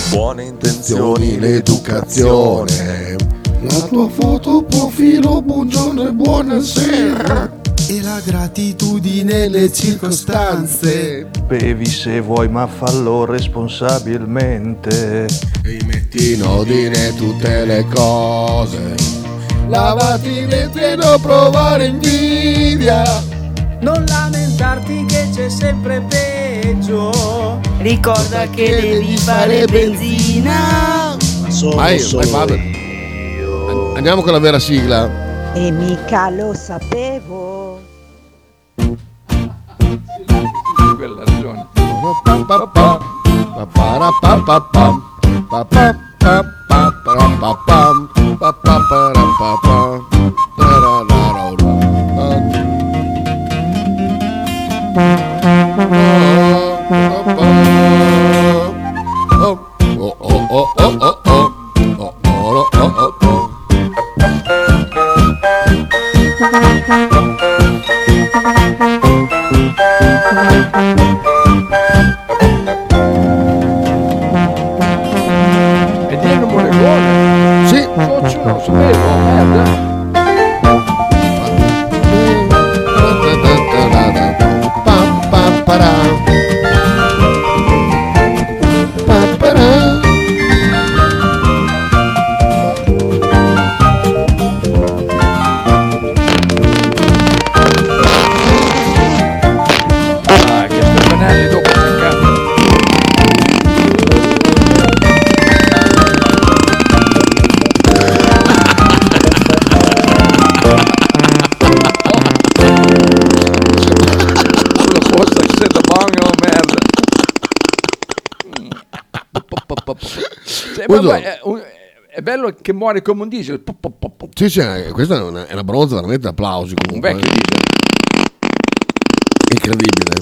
buone intenzioni, l'educazione. La tua foto profilo, buongiorno e buonasera. E la gratitudine, le circostanze. Bevi se vuoi ma fallo responsabilmente. E metti in ordine tutte le cose. Lavati i denti e non provare invidia. Non lamentarti che c'è sempre peggio. Ricorda che devi fare benzina. Vai Fabio. Andiamo con la vera sigla. E mica lo sapevo. Quella ragione. Ed è un buone. Sì. Socio, lo sapevo, merda. Ah, che Stefanelli dopo c'è cazzo. Sulla posta che siete buono, merda. Cioè, Buongiorno. vabbè, è bello che muore come un diesel. Sì, sì, questa è una bronza veramente applausi Un comunque. vecchio diesel. Incredibile.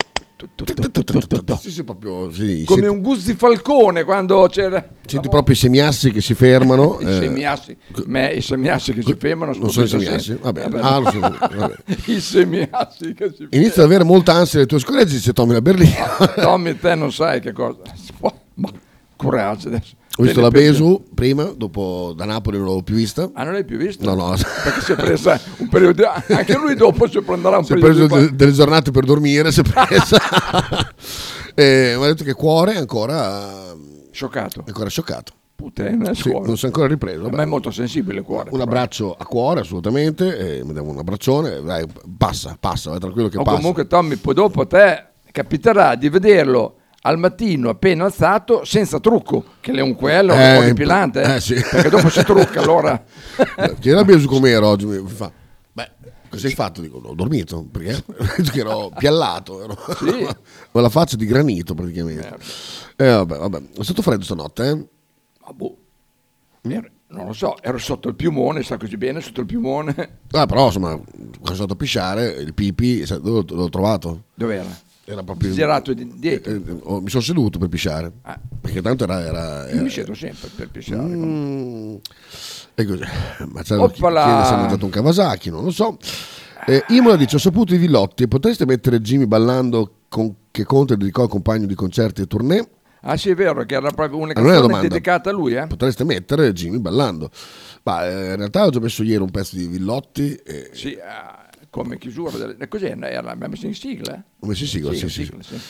Sì, sì, proprio, sì, Come senti, un Guzzi Falcone quando c'era. senti proprio i semiassi che si fermano. I semiassi, i semiassi che si fermano Non sono i tutti semiassi? Vabbè. Vabbè. Ah, non sono- vabbè. I semiassi che si Inizio ad avere molta ansia delle tue scoregge, dice Tommy la Berlina. Tommy, te non sai che cosa. Ma coraggio adesso. Ho visto Te la ne pensi- Besu prima, dopo da Napoli non l'avevo più vista. Ah, non l'hai più visto? No, no. Perché si è presa un periodo. Anche lui dopo si prenderà un Si è periodo. preso di- delle giornate per dormire, si è presa. Mi ha detto che cuore è ancora Scioccato. scioccato. Puttana, Sì, scuola. non si è ancora ripreso. Ma Vabbè. è molto sensibile il cuore. Un abbraccio a cuore, assolutamente. Mi diamo un abbraccione. Dai, passa, vai tranquillo che O passa. comunque Tommy, poi dopo te capiterà di vederlo al mattino appena alzato senza trucco, che è un quello un po' depilante, sì. perché dopo si trucca allora. Chiedi la Besu com'era oggi. Mi fa, beh, cosa hai fatto? Dico, ho dormito, perché che ero piallato. Sì. Ho la faccia di granito praticamente. Vabbè. È stato freddo stanotte, eh? Ma boh. Non lo so, ero sotto il piumone, sta così bene sotto il piumone. Però insomma, quando sono andato a pisciare, il pipì, sai, dove l'ho trovato? Dov'era? Era proprio Girato dietro. Mi sono seduto per pisciare. Ah. Perché tanto era Io mi siedo sempre per pisciare. E così. Ma c'è Oppala. chiede se ha mangiato un Kawasaki, non lo so. Imola dice: ho saputo i Villotti, potreste mettere Jimmy ballando con che Conte dedicò al compagno di concerti e tournée? Ah sì, è vero che era proprio una Non è una canzone domanda. dedicata a lui, eh? Potreste mettere Jimmy ballando. Ma in realtà ho già messo ieri un pezzo di Villotti. Sì, come chiusura. Cos'è? L'abbiamo messo in sigla? Come si sigla? Sì, Sì. sigla, sì.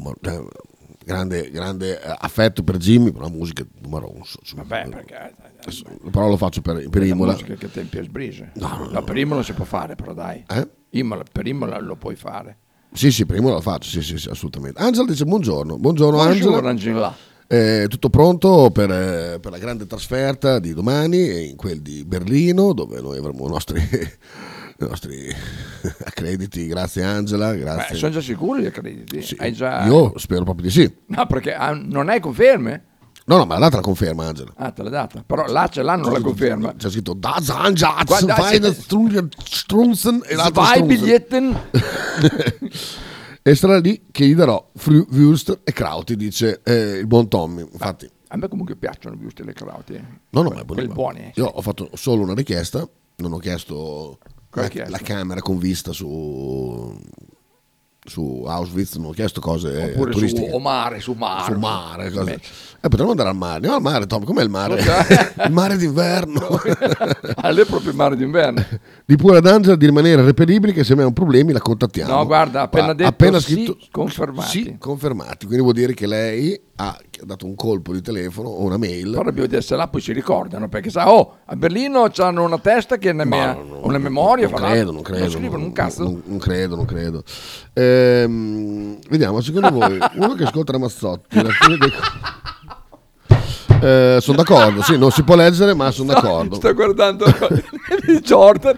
Grande affetto per Jimmy, per la musica numero uno. Vabbè, perché Però lo faccio per la Imola. musica che tempi a sbrise. No. Per Imola si può fare, però dai. Per Imola lo puoi fare. Sì, per Imola lo faccio, sì, assolutamente. Angela dice buongiorno Angela. Buongiorno, Angela. Tutto pronto per la grande trasferta di domani in quel di Berlino, dove noi avremo i nostri accrediti. Grazie Angela, grazie. Sono già sicuri gli accrediti? Sì, Hai già... io spero proprio di sì. No, perché non hai conferme? No, ma l'altra conferma Angela. Ah, te l'ha data. Però là ce l'hanno la conferma. C'è scritto Das Ansatz, Guarda, feine Strunzen e l'altro Zwei Strunzen. Biglietten. E sarà lì che gli darò Wurst e Krauti, dice il buon Tommy. Infatti, a me comunque piacciono i Wurst e le Krauti. no, ma è quelli buoni. Io ho fatto solo una richiesta, non ho chiesto Cosa la, hai chiesto? la camera con vista su su Auschwitz, non ho chiesto cose Oppure turistiche. su mare, su mare. Cose. Potremmo andare al mare. Andiamo al mare, Tom. Com'è il mare? Il mare d'inverno. Lì è proprio il mare d'inverno. Di pura d'Angela di rimanere reperibili, che se abbiamo problemi la contattiamo. No, guarda, appena detto sì, confermati. Sì, confermati. Quindi vuol dire che lei ha dato un colpo di telefono o una mail. Però dobbiamo essere là, poi si ricordano, perché a Berlino hanno una testa che è una memoria. Non credo. Non scrivono un cazzo. Non credo. Vediamo, secondo voi, uno che ascolta Ramazzotti, la fine dei... sono d'accordo, sì, non si può leggere, ma sono d'accordo. Sto guardando di Jordan.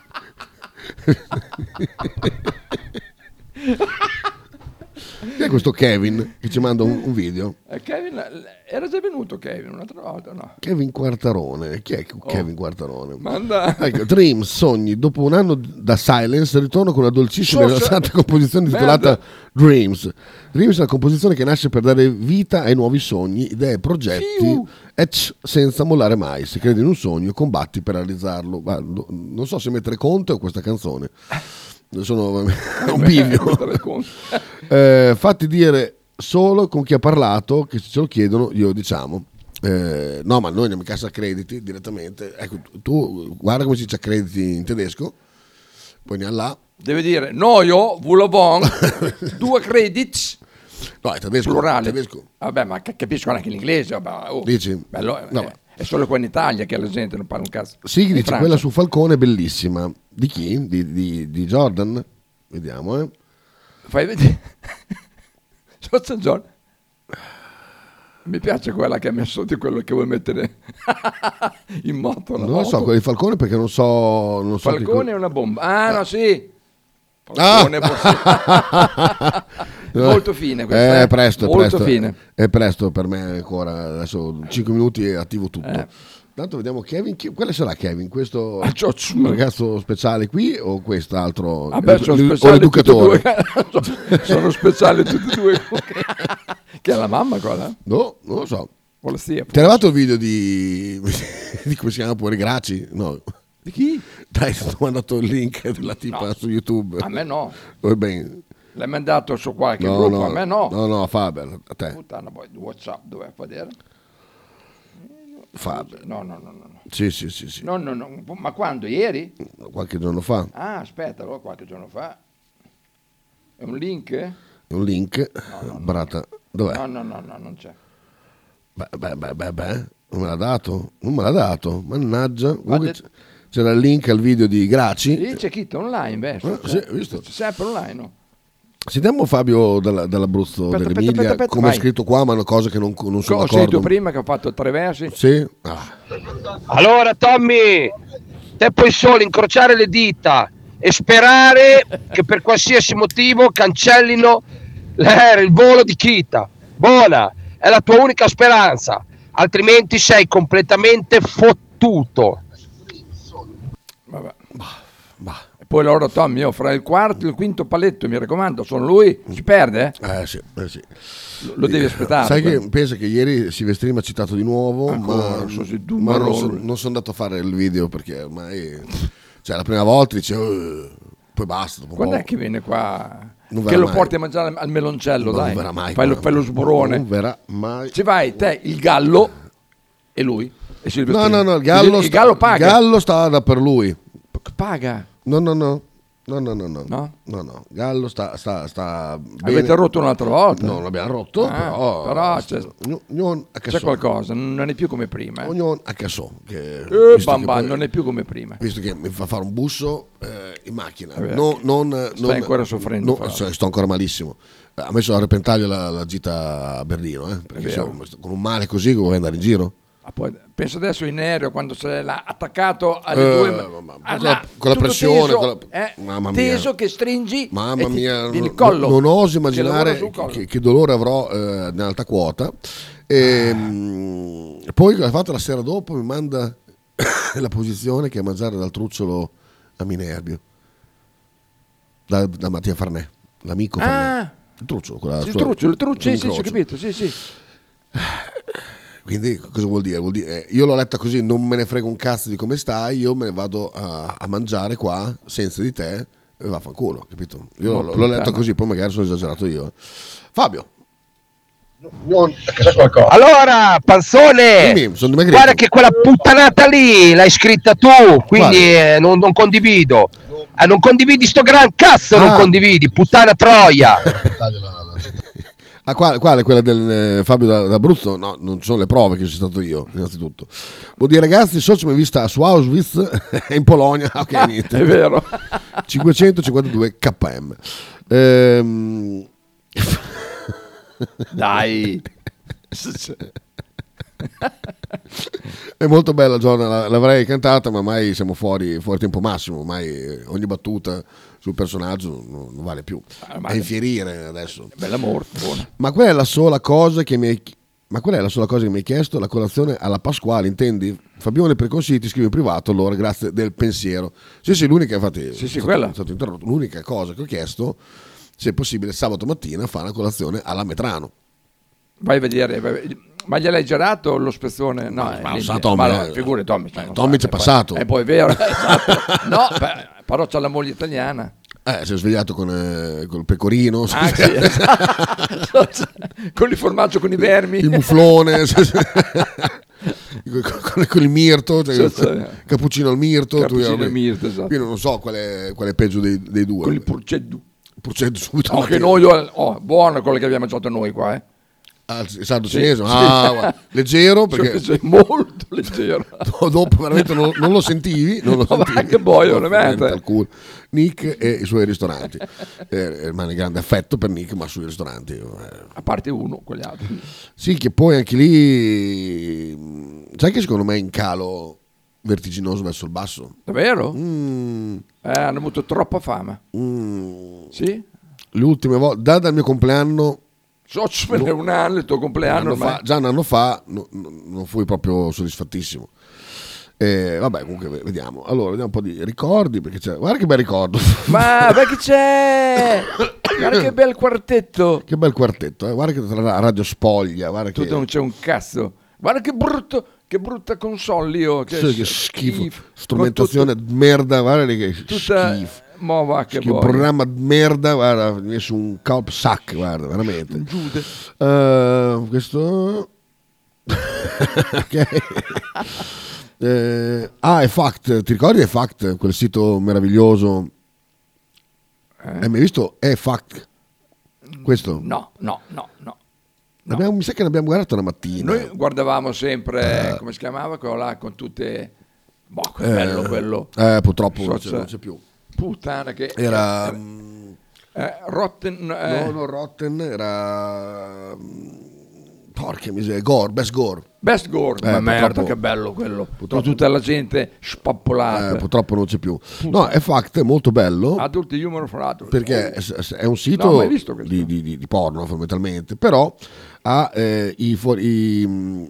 Chi è questo Kevin che ci manda un video? Kevin, era già venuto Kevin un'altra volta, no? Kevin Quartarone. Chi è Kevin Quartarone? Manda. Ecco, Dreams, sogni. Dopo un anno da Silence ritorno con una dolcissima e rilassante composizione intitolata Dreams. Dreams è una composizione che nasce per dare vita ai nuovi sogni, idee, progetti, senza mollare mai. Se credi in un sogno, combatti per realizzarlo. Non so se mettere Conte o questa canzone. Sono un bivio. Fatti dire solo con chi ha parlato, che se ce lo chiedono glielo diciamo. No, ma noi andiamo in cassa accrediti direttamente. Ecco, tu guarda come si dice accrediti in tedesco, poi ne ha là. Deve dire Noio, Vulovon, 2 credits. No, è tedesco. Plurale. Tedesco. Vabbè, ma capisco anche l'inglese. Dici? Bello, No. È solo qua in Italia che la gente non parla un cazzo. Sì, In dice Francia. quella su Falcone è bellissima. Di chi? Di Jordan? Vediamo, Fai vedere. Social John. Mi piace quella che ha messo di quello che vuoi mettere in moto. Non lo so, quella di Falcone perché non so Falcone è una bomba. No, sì. Falcone molto fine questa. È presto, molto fine. È presto per me ancora. Adesso 5 minuti e attivo tutto. Tanto vediamo Kevin. Quale sarà Kevin? Questo ragazzo speciale qui o quest'altro? Sono l'educatore? Sono speciali tutti e due. Che è la mamma quella? No, non lo so. O la stia, Ti è arrivato il video di come si chiama pure Graci? No. Di chi? Dai, ti ho mandato il link della tipa su YouTube. A me no. Ben. L'hai mandato su qualche gruppo? A me no. No, a Faber, a te. Puttana, poi WhatsApp dov'è? Vedere? Faber. No. Sì. No. Ma quando? Ieri? Qualche giorno fa. Ah, aspetta, allora qualche giorno fa. È un link? È un link? Brata, dov'è? No, non c'è. Beh, non me l'ha dato. Mannaggia. C'era il link al video di Graci. Lì c'è Chitto online, sì, visto. C'è sempre online, no? Sentiamo Fabio dall'Abruzzo, dell'Emilia, come è scritto qua, ma è una cosa che non sono d'accordo. Sei tu prima che ho fatto 3 versi? Sì. Allora Tommy, te puoi solo incrociare le dita e sperare che per qualsiasi motivo cancellino il volo di Kita. Buona, è la tua unica speranza, altrimenti sei completamente fottuto. Vabbè. E poi allora Tommy, fra il quarto e il quinto paletto, mi raccomando, sono lui, si perde? Sì. Lo devi aspettare. Sai che pensa che ieri Silvestrini mi ha citato di nuovo, ma non sono andato a fare il video perché ormai, cioè la prima volta dice poi basta. Quando è che viene qua? Non Che lo mai. porti a mangiare al meloncello, Non dai. verrà mai. Fai lo sborone. Non verrà mai. Ci vai te, il gallo e lui. E Silvestrini. No, il gallo paga. Il gallo sta da per lui. Paga? No. Gallo sta bene. Avete rotto un'altra volta? No, l'abbiamo rotto, però c'è qualcosa, non è più come prima. Ognuno a caso. Non è più come prima. Visto che mi fa fare un busso in macchina. Stai ancora soffrendo? Sto ancora malissimo. Ha messo a repentaglio la gita a Berlino, perché con un male così vuoi andare in giro? Poi, penso adesso in aereo quando sei là attaccato alle due con la pressione teso, mamma teso mia. che stringi mamma mia, il collo. Non oso immaginare che dolore avrò nell'alta quota. Poi cosa ha fatto la sera dopo? Mi manda la posizione che è mangiare dal trucciolo a Minerbio da Mattia Farnè, l'amico Farnè. Il trucciolo, il trucciolo, sì, ho capito, sì. Quindi cosa vuol dire? Vuol dire io l'ho letta così, non me ne frega un cazzo di come stai, io me ne vado a mangiare qua senza di te vaffanculo, capito? Io l'ho letto così, poi magari sono esagerato io. Fabio. Allora, Panzone, sono dimagrito. guarda che quella puttanata lì l'hai scritta tu, quindi non condivido. Non condividi sto gran cazzo, non condividi, puttana troia. Quale? Quella del Fabio d'Abruzzo? No, non sono le prove che ci sono stato io, innanzitutto. Vuol dire, ragazzi, so ci mi vista su Auschwitz in Polonia, ok, niente. È vero. 552 km. Dai. È molto bella, Giorna, l'avrei cantata, ma mai siamo fuori tempo massimo, mai ogni battuta sul personaggio non vale più. A infierire adesso. Bella morte, buona. Ma quella è la sola cosa che mi hai chiesto, la colazione alla Pasquale, intendi? Fabione, per consigli ti scrivo in privato, allora grazie del pensiero. Sì, l'unica, infatti, quella. È stato interrotto. L'unica cosa che ho chiesto, se è possibile sabato mattina fare una colazione alla Metrano. Vai a vedere, ma gliel'hai girato lo spezzone? No, ma sa Tommy, figure Tommy. Tommy c'è passato. E poi è vero, esatto. No, però c'ha la moglie italiana. Si è svegliato con il pecorino, Sì, esatto. Con il formaggio con i vermi, il muflone, con il mirto, cappuccino al mirto. Esatto. Io non so qual è peggio dei due. Con il purceddu subito. No, che noi, buono quello che abbiamo mangiato noi qua, il sardo cinese, leggero, perché molto leggero. Dopo veramente non lo sentivi, Che boia, veramente. Nick e i suoi ristoranti. Rimane grande affetto per Nick, ma sui ristoranti. A parte uno, quegli altri. Sì, che poi anche lì, sai che secondo me è in calo vertiginoso verso il basso. Davvero? Hanno avuto troppa fame. Sì? Le ultime volte, dal mio compleanno. Un anno, il tuo compleanno. Già un anno fa non fui proprio soddisfattissimo. Vabbè, comunque vediamo. Allora, vediamo un po' di ricordi. Perché c'è. Guarda che bel ricordo. Ma perché c'è? Guarda che bel quartetto. Che bel quartetto, Guarda che tra la radio spoglia. Guarda tu non c'è un cazzo. Guarda che brutto. Che brutta console io. Che schifo. Strumentazione di merda. Guarda lì che schifo. Che programma di merda, guarda, mi ha messo un colp sack, guarda, veramente. Giude. Questo ok. È Fact, ti ricordi È Fact, quel sito meraviglioso? Hai mai visto È Fact? Questo? No. Mi sa che l'abbiamo guardato una mattina. Noi guardavamo sempre, come si chiamava quello là con tutte bello quello. Purtroppo non c'è più. Puttana che era Rotten no, Rotten era porca miseria, Best Gore. Ma merda, che bello quello, con tutta la gente spappolata. Purtroppo non c'è più. No, è Fact, è molto bello. Adult Humor for Adults. Perché è un sito di porno fondamentalmente, però ha i fuori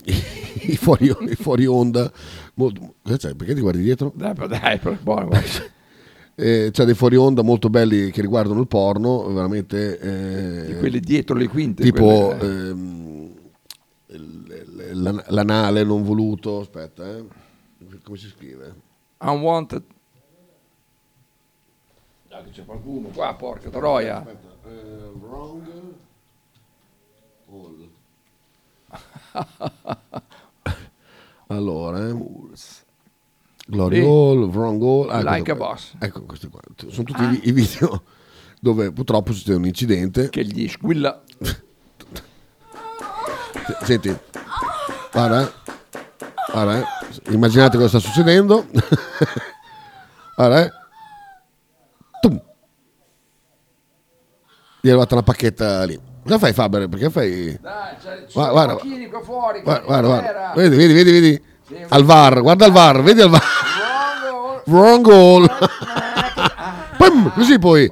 onda molto. Perché ti guardi dietro? Dai, buono. C'è dei fuori onda molto belli che riguardano il porno, veramente. Di quelli dietro le quinte. Tipo l'anale non voluto. Aspetta, come si scrive? Unwanted. Dai, c'è qualcuno qua, porca troia. Aspetta, wrong all. Allora, Glory Hall, Wrong Hall, Like a Boss. Ecco, questi qua. Sono tutti i video dove purtroppo c'è un incidente. Che gli squilla. Senti, guarda, immaginate cosa sta succedendo. Guarda, Tum. Gli è arrivata una pacchetta lì. Cosa fai, Faber? Perché fai? Dai, guarda, qua fuori. Guarda. Vedi. Sì, al VAR, guarda al VAR, vedi al VAR. Wrong goal. Pum, così poi.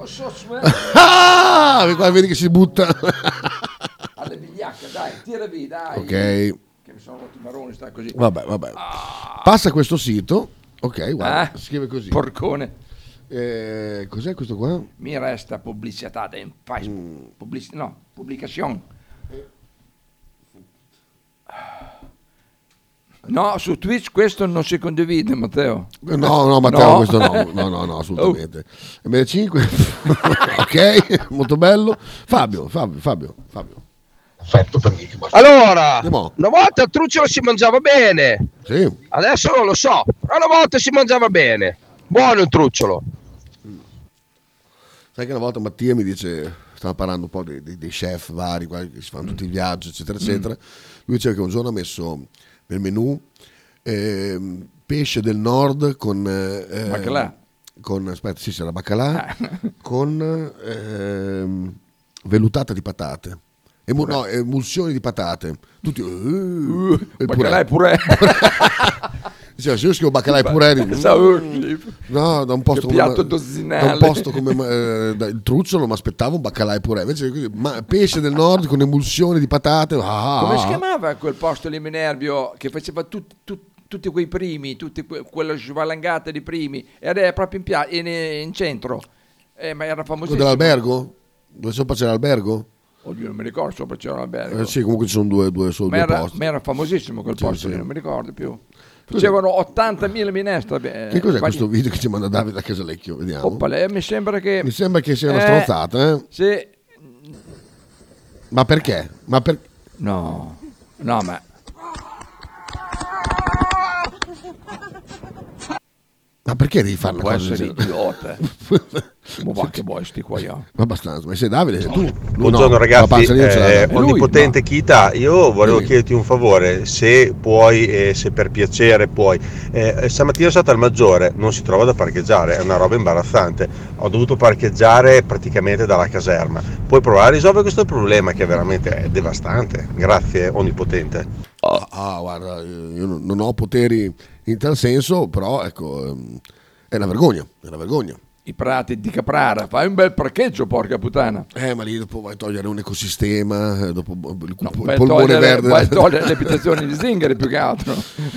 Vedi che si butta. Alle vigliacche, dai, tira via, dai. Ok. Che mi sono rotti i maroni, sta così. Vabbè. Passa questo sito. Ok, guarda, scrive così. Porcone. Cos'è questo qua? Mi resta pubblicità in Facebook. Pubblicazione. No, su Twitch questo non si condivide, Matteo. No, Matteo, questo no, assolutamente. ML5, ok, molto bello. Fabio. Perfetto per me. Allora, Andiamo. una volta il trucciolo si mangiava bene, Sì. adesso non lo so, però una volta si mangiava bene. Buono il trucciolo. Sai che una volta Mattia mi dice, stava parlando un po' dei chef vari che si fanno tutti i viaggi, eccetera, eccetera. Lui diceva che un giorno ha messo nel menù pesce del nord con Baccalà. Aspetta, sì, c'era baccalà con vellutata di patate. Emulsioni di patate. Tutti Baccalà e purè. Diceva, se io scrivo baccalà e purè no, da un posto Che piatto dozzinale. da un posto come il trucciolo mi aspettavo un baccalà e purè, invece così, pesce del nord con emulsione di patate. Come si chiamava quel posto lì Minervio che faceva tutti quei primi, quella svalangata di primi, ed è proprio in centro, ma era famosissimo. Dell'albergo? Dove sopra c'era l'albergo? Oddio, non mi ricordo, sopra c'era l'albergo. Sì, comunque ci sono due posti. Ma era famosissimo quel posto lì, sì. non mi ricordo più. Facevano 80.000 minestre. Che cos'è questo video che ci manda Davide da Casalecchio? Vediamo. Oppale, mi sembra che sia una stronzata, eh? Sì. Ma perché? No, ma Ma perché devi fare può una cosa essere del idiota. Ma va che vuoi sti qua io. Abbastanza, ma sei Davide, sei tu. Buongiorno ragazzi, onnipotente Kita, io volevo chiederti un favore, se puoi e se per piacere puoi. Stamattina sono stato al Maggiore, non si trova da parcheggiare, è una roba imbarazzante, ho dovuto parcheggiare praticamente dalla caserma. Puoi provare a risolvere questo problema che veramente è devastante? Grazie, onnipotente. Guarda, io non ho poteri in tal senso, però ecco, è una vergogna. I prati di Caprara, fai un bel parcheggio, porca puttana. Ma lì dopo vai a togliere un ecosistema, dopo il vai polmone verde. Vai a togliere le abitazioni di Zingari più che altro.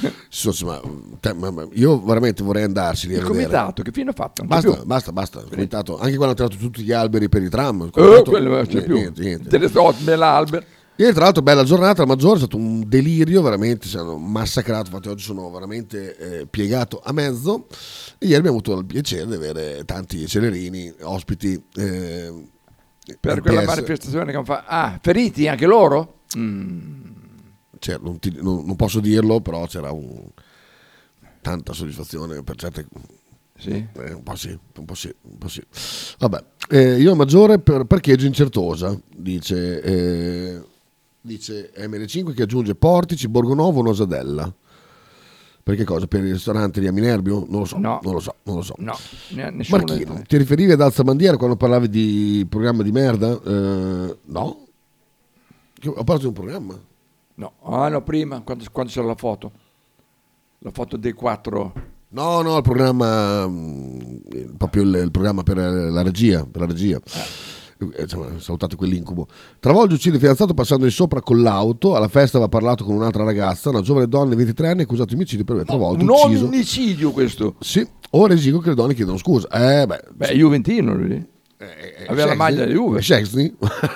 Ma io veramente vorrei andarci lì a Il vedere. comitato, che fine ha fatto? Basta. Il comitato, anche quando hanno tirato tutti gli alberi per i tram. Quello non c'è più. Niente. Te ne sto l'albero. Ieri tra l'altro bella giornata, al Maggiore è stato un delirio, veramente ci hanno massacrato, infatti oggi sono veramente piegato a mezzo e ieri abbiamo avuto il piacere di avere tanti celerini, ospiti. Per quella manifestazione che hanno fatto. Feriti anche loro? Cioè, non posso dirlo, però c'era tanta soddisfazione per certe... Sì. Un po' sì. Vabbè, io al Maggiore per parcheggio in Certosa, dice ML5 che aggiunge Portici, Borgonovo, Nosadella. Per che cosa? Per il ristorante di Minervio? Non lo so. No. No, nessuno. Marchino, ti riferivi ad Alzabandiera quando parlavi di programma di merda? No. Ho parlato di un programma? No, prima, quando c'era la foto dei 4. No, il programma, proprio il programma per la regia. Salutato quell'incubo. Travolge uccide il fidanzato passando di sopra con l'auto. Alla festa aveva parlato con un'altra ragazza, una giovane donna di 23 anni accusato di omicidio per aver travolto, ucciso. Un omicidio questo? Sì, ora esigo che le donne chiedono scusa. È Juventino lui. Aveva la maglia di Juve. Szczęsny?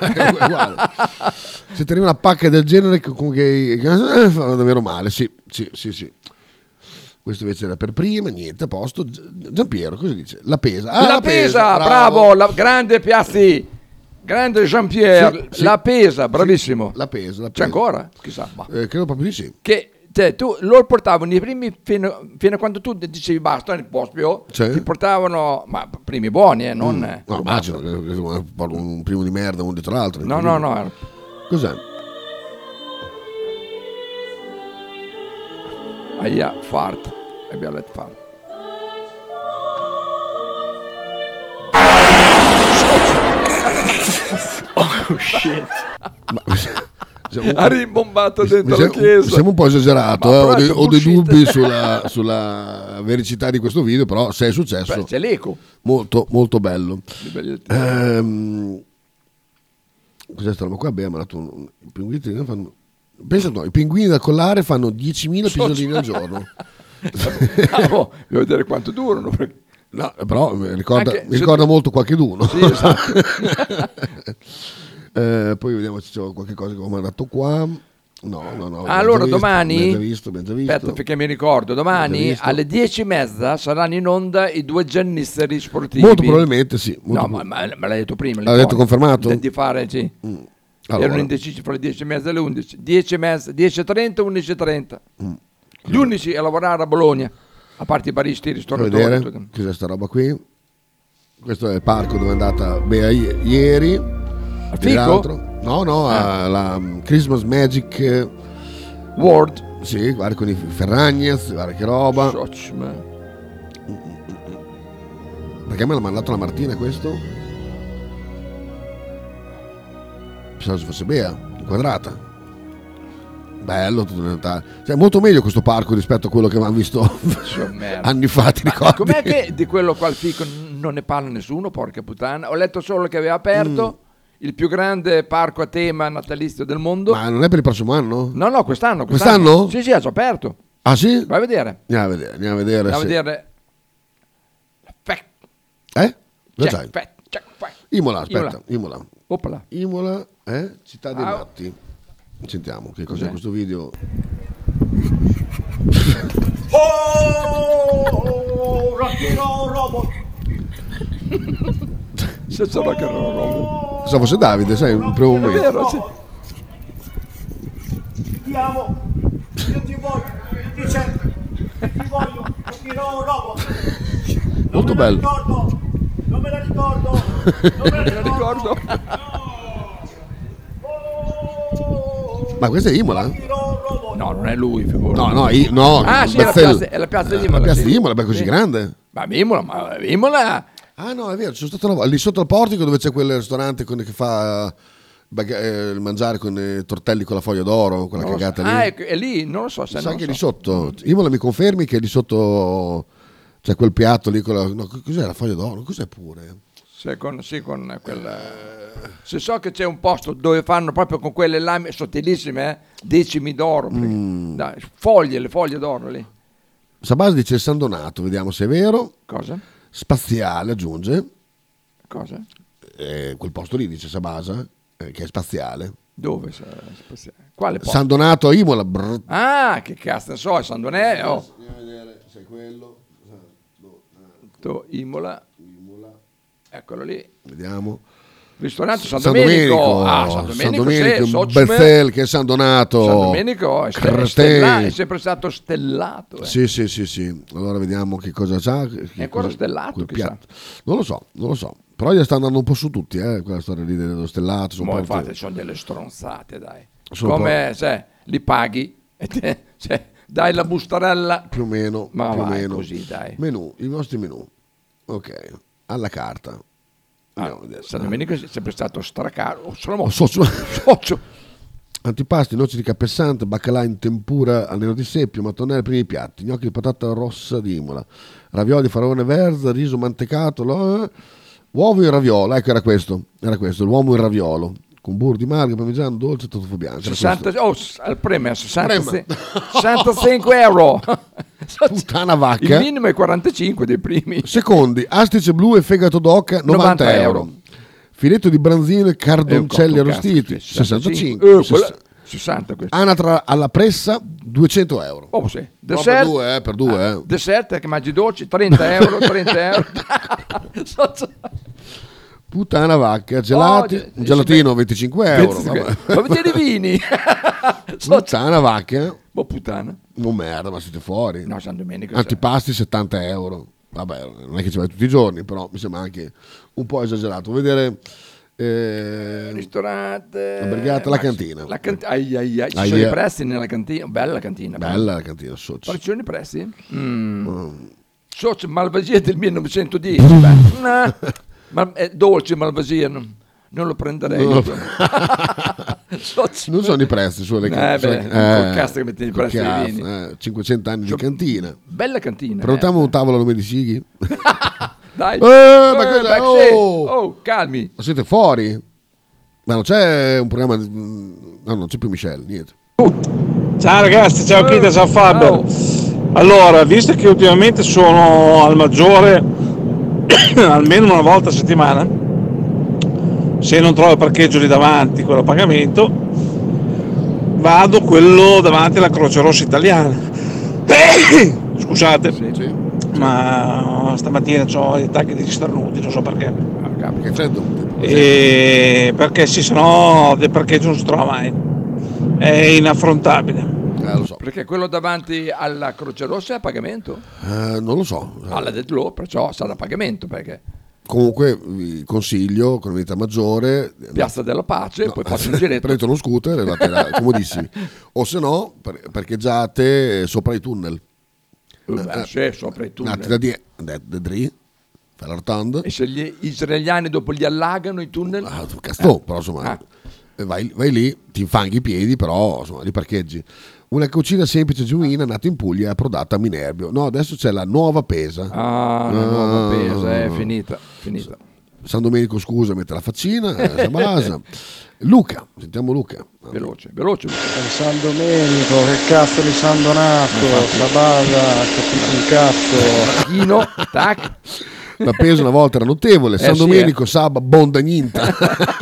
Se teniva una pacca del genere che fa davvero male. Sì. Questo invece era per prima, niente, a posto. Giampiero, cosa dice? La Pesa. La Pesa, bravo, grande Piazzi, grande Giampiero, sì. La Pesa, bravissimo. La Pesa. C'è ancora? Chissà. Credo proprio di sì. Che loro portavano i primi fino a quando tu dicevi basta nel posto, ti portavano, ma primi buoni, non... No, immagino, un primo di merda uno dietro l'altro. No. Cos'è? Aia, fart. Abbiamo letto fart. Oh shit. Ha rimbombato dentro la chiesa. Siamo un po' esagerato, ho dei dubbi sulla vericità di questo video, però se è successo... Beh, c'è l'eco. Molto, molto bello. Cos'è sta roba qua? Abbiamo dato i pinguini fanno... Pensa no, i pinguini da collare fanno 10.000 pisolini al giorno. Devo vedere quanto durano. Perché... No, però mi ricorda molto qualcheduno. Sì, esatto. Poi vediamo se c'è qualche cosa che ho mandato qua. No. Allora domani, abbiamo già visto. aspetta perché mi ricordo, domani alle 10:30 saranno in onda i 2 giannisseri sportivi. Molto probabilmente sì. Ma l'hai detto prima. L'ha detto confermato? Di fare, sì. Allora. Erano indecisi fra le 10:30 e le 11. 10:30, 10:30, 11:30. Gli unici a lavorare a Bologna, a parte i baristi, i ristoratori. Vedere cos'è sta roba qui. Questo è il parco dove è andata Bea ieri. A Fico? No, alla Christmas Magic World. Sì, guarda con i Ferragnez, guarda che roba. Perché me l'ha mandato la Martina questo? Pensavo se fosse Bea, inquadrata. Bello, tutto cioè, molto meglio questo parco rispetto a quello che avevamo visto anni fa, ti ricordi? Com'è che di quello qua al Fico non ne parla nessuno, porca puttana? Ho letto solo che aveva aperto il più grande parco a tema natalizio del mondo. Ma non è per il prossimo anno? No, quest'anno. Quest'anno? Sì, ha già aperto. Ah sì? Vai a vedere. Andiamo a vedere. Imola, aspetta. Imola, Città dei Matti. Sentiamo che cos'è questo video. Oh, Rocky Roll Robot. Senza Rocky Roll Robot. Pensavo fosse Davide, sai, un primo momento. È vero, sì. Ti amo. Io ti voglio. Ti cerco. Ti voglio. Rocky Roll Robot. Molto bello. Non me la ricordo. Ma questa è Imola? No, non è lui, figurati. No. Ah, sì, è la piazza di Imola. La piazza di Imola, è così grande. Ma Imola. Ah no, è vero, sono stato lì sotto al portico dove c'è quel ristorante che fa il mangiare con i tortelli con la foglia d'oro, quella cagata lì. Ah, è lì, non lo so se sai che lì sotto. Imola, mi confermi che lì sotto c'è quel piatto lì con cos'è la foglia d'oro? Cos'è pure? Con quella. Se so che c'è un posto dove fanno proprio con quelle lame sottilissime, decimi d'oro, dai, le foglie d'oro lì. Sabasa dice San Donato, vediamo se è vero. Cosa? Spaziale aggiunge. Cosa? Quel posto lì dice Sabasa, che è spaziale. Dove spaziale? Quale posto? San Donato a Imola. Ah, che cazzo ne so, è San Donato. Andiamo a vedere se è quello. Imola. Eccolo lì. Vediamo. Ristorante San Domenico. San Domenico, Bethel, che è San Donato. San Domenico è sempre stato stellato. Sì. Allora vediamo che cosa c'ha. È ancora stellato, Non lo so. Però gli sta andando un po' su tutti, quella storia lì dello stellato. Infatti sono delle stronzate, dai. Come li paghi e dai la bustarella. Più o meno. Così, dai. Menù, i nostri menù. Ok, alla carta. San Domenico è sempre stato stracaro. Socio. Antipasti, noci di capessante, baccalà in tempura al nero di seppio, mattonelle per i piatti, gnocchi di patata rossa di Imola, ravioli di faraone verza, riso mantecato, uovo in raviolo. Ecco, era questo, l'uomo in raviolo con burro di marga, parmigiano, dolce, tofu bianco. Al premio è 65 euro. Puttana vacca. Il minimo è 45 dei primi. Secondi, astice blu e fegato d'oca 90 euro. Filetto di branzino e cardoncelli arrostiti 65. 60 questo. Anatra alla pressa 200 euro. Sì. Dessert, per due. Dessert che mangi dolci 30 euro. Puttana vacca, gelati, un gelatino 25 euro. Ma vedete i vini? Puttana vacca. Puttana. Merda, ma siete fuori. No, San Domenico. Antipasti 70 euro. Vabbè, non è che ci vai tutti i giorni, però mi sembra anche un po' esagerato. Vedere ristorante, la brigata, la cantina. Ci sono i prezzi nella cantina. Bella cantina. Bella la cantina, socio. Ci sono i prezzi? Socio, Malvasia del 1910. Ma è dolce Malvasia, non lo prenderei. Non sono i prezzi sulle cazzo che metti i prezzi dei vini. 500 anni di cantina. Bella cantina. Prenotiamo un tavolo a nome di Sighi. Dai. Calmi. Ma siete fuori? Ma non c'è un programma no, non c'è più Michelle, niente. Ciao ragazzi, ciao Kita, ciao Faber. Allora, visto che ultimamente sono al Maggiore almeno una volta a settimana, se non trovo il parcheggio lì davanti, quello a pagamento, vado quello davanti alla Croce Rossa italiana. Scusate, ma stamattina ho gli attacchi di starnuti, non so perché. Che freddo. Perché sì, sennò del parcheggio non si trova mai. È inaffrontabile. Lo so. Perché quello davanti alla Croce Rossa è a pagamento? Non lo so. Alla Dead Law, perciò sarà a pagamento, perché Comunque vi consiglio con l'età maggiore Piazza della Pace, poi fate un giretto. prendete uno scooter e andate là, comodissimi, o se no parcheggiate sopra i tunnel. Sì, sopra i tunnel. Andate da dri, fai la rotonda. E se gli israeliani dopo li allagano i tunnel? Però insomma vai lì, ti infanghi i piedi, però insomma li parcheggi. Una cucina semplice e genuina nata in Puglia e approdata a Minerbio. No, adesso c'è la nuova Pesa. La nuova Pesa è finita. San Domenico, scusa, mette la faccina, Sabasa. Luca, sentiamo Luca. Veloce. San Domenico, che cazzo di San Donato, Sabasa, capito un cazzo. Chino, tac. La Pesa una volta era notevole, San Domenico, Saba, Bonda Ninta.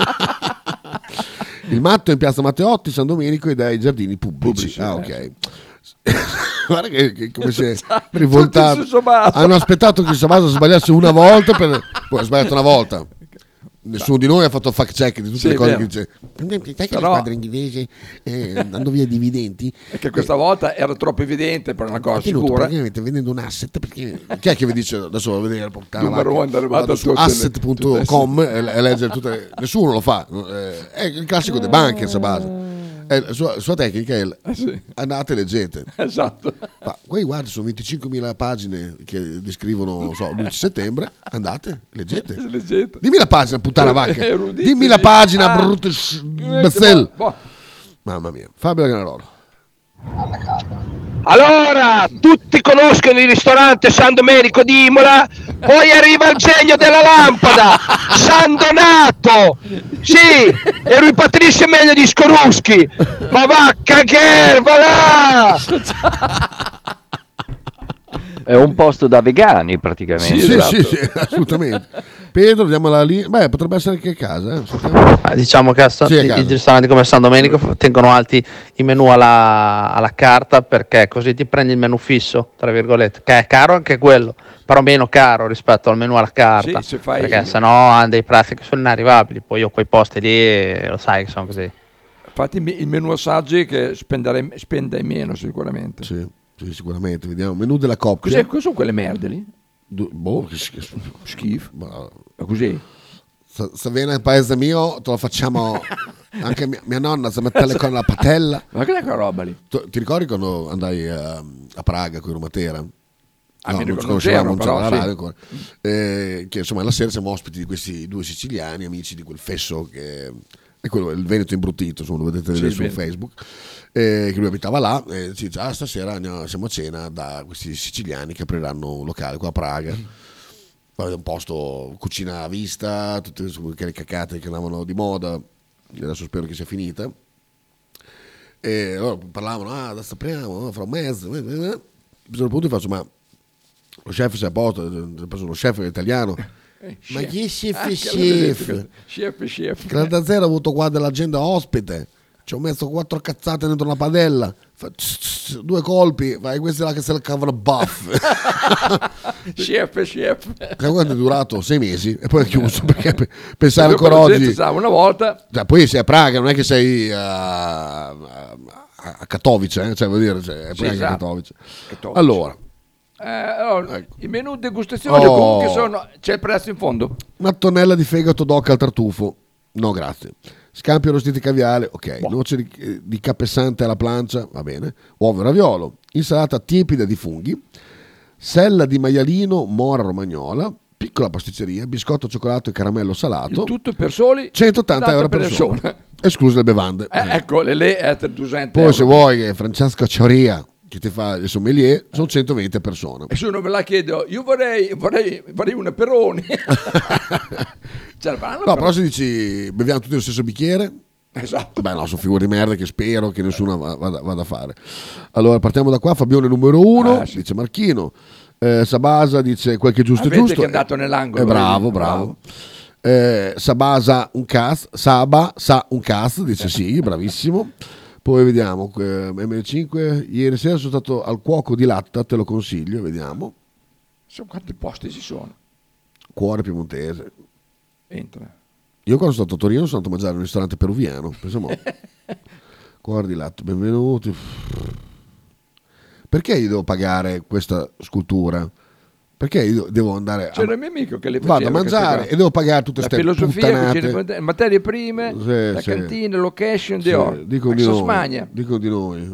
Il matto è in piazza Matteotti, San Domenico ed ai giardini pubblici. Ok. Guarda che come si è rivoltato. Hanno aspettato che Sabasa sbagliasse una volta, poi ha sbagliato una volta. Nessuno di noi ha fatto fact check di tutte le cose che dice. Sai che la squadra inglese andando via dividenti? E che questa volta era troppo evidente per una cosa sicura. Praticamente vendendo un asset, perché chi è che vi dice adesso vado a vedere vado su asset.com e leggere tutte nessuno lo fa, è il classico dei banker Sabasa. Sua tecnica è andate e leggete. Esatto. Ma poi guarda, sono 25.000 pagine che descrivono l'11 settembre. Andate, leggete. Dimmi la pagina, puttana vacca. Dimmi la pagina, brutto Bazzell. Mamma mia. Fabio Granarolo. Allora, tutti conoscono il ristorante San Domenico di Imola, poi arriva il genio della lampada, San Donato. Sì, e lui Patrizio è meglio di Skoruschi. Ma va a cagare, va là! È un posto da vegani praticamente. Sì, assolutamente. Pedro, diamo la lì. Beh, potrebbe essere anche a casa. Diciamo che i ristoranti come San Domenico tengono alti i menù alla carta, perché così ti prendi il menù fisso, tra virgolette, che è caro anche quello, però meno caro rispetto al menù alla carta, perché sennò hanno dei prezzi che sono inarrivabili. Poi io quei posti lì lo sai che sono così. Infatti il menù assaggi che spende meno sicuramente. Sì, sicuramente. Vediamo menù della coppia. Cosa sono quelle merde lì? Che schifo. Così? Se viene nel paese mio te lo facciamo. Anche mia nonna si mette le con la patella. Ma che è quella roba lì? Ti ricordi quando andai a Praga con Matera? Non ci conoscevamo, però, la radio ancora. Che insomma la sera siamo ospiti di questi due siciliani, amici di quel fesso che è quello, il Veneto imbruttito, insomma, lo vedete vedere su Facebook. Che lui abitava là e ci dice stasera siamo a cena da questi siciliani che apriranno un locale qua a Praga. Un posto, cucina a vista, tutte le cacate che andavano di moda, adesso spero che sia finita. E allora parlavano, adesso apriamo fra un mese. A un certo punto faccio, ma lo chef si è a posto, ha preso uno chef italiano. Ma chi è chef? Chef. Che da zero ho avuto qua dell'agenda ospite. Ci ho messo 4 cazzate dentro una padella, 2 colpi, vai questi là che se la cavano buff. Chef. Quando è durato 6 mesi e poi è chiuso, perché pensare ancora oggi. Una volta. Poi sei a Praga, non è che sei a Katowice, cioè vuol dire, è Praga, esatto. Katowice. Allora, i menù degustazione comunque c'è il prezzo in fondo. Una tonnella di fegato d'oca al tartufo, no grazie. Scampi arrostiti caviale, ok. Noce di capessante alla plancia, va bene. Uovo e raviolo. Insalata tiepida di funghi. Sella di maialino, mora romagnola. Piccola pasticceria, biscotto, cioccolato e caramello salato. Il tutto per soli 180 euro per persona. Escluse le bevande. Ecco, le è 200 Poi euro. se vuoi che Francesco Cioria che ti fa il sommelier, sono 120 a persona. E se uno me la chiedo, io vorrei una Peroni. No, però se dici beviamo tutti lo stesso bicchiere, esatto. Beh no, sono figure di merda che spero che nessuno vada a fare. Allora partiamo da qua. Fabione numero 1, dice Marchino. Sabasa dice quel che è giusto. Che è andato nell'angolo. Bravo. Sabasa un cast, Saba sa un cast, dice sì, bravissimo. Poi vediamo, ML5, ieri sera sono stato al Cuoco di Latta, te lo consiglio, vediamo. Quanti posti ci sono? Cuore piemontese. Entra. Io quando sono stato a Torino sono andato a mangiare in un ristorante peruviano, pensiamo. Cuore di Latta, benvenuti. Perché io devo pagare questa scultura? Perché io devo andare C'era il mio amico che le faceva. Vado a mangiare e devo pagare tutte queste puttanate. Filosofia, materie prime, la cantina, location, di oro. Dico di noi.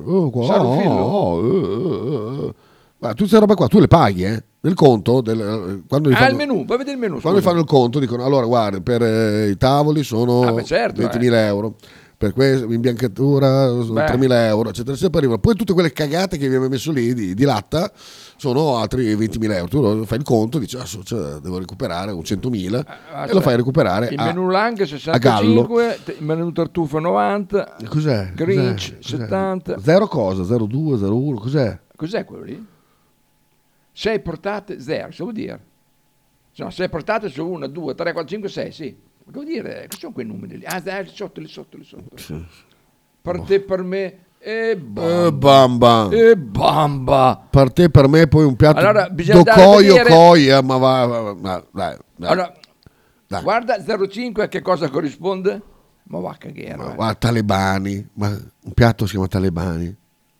Ma tutte queste robe qua tu le paghi, nel conto quando il menù, vai a vedere il menù. Quando fanno il conto dicono allora guarda, per i tavoli sono 20.000 euro, per questo imbiancatura 3.000 euro, eccetera, eccetera. Poi tutte quelle cagate che abbiamo messo lì di latta sono altri 20.000 euro. Tu fai il conto, dici devo recuperare un 100.000 e lo fai recuperare il menù Lang 65, il menù tartufo 90, cos'è? Grinch 70. 0 cosa? 02, 01, Cos'è quello lì? 6 portate 0, se vuol dire. No, 6 portate su 1, 2, 3, 4, 5, 6, sì. Vuol dire, che sono quei numeri lì? Lì sotto. Sì. Per te, per me e bamba. Per te, per me, poi un piatto allora, coia, ma va. Dai. Allora, guarda 05 a che cosa corrisponde? Ma va a cagare. Ma talebani, ma un piatto si chiama talebani.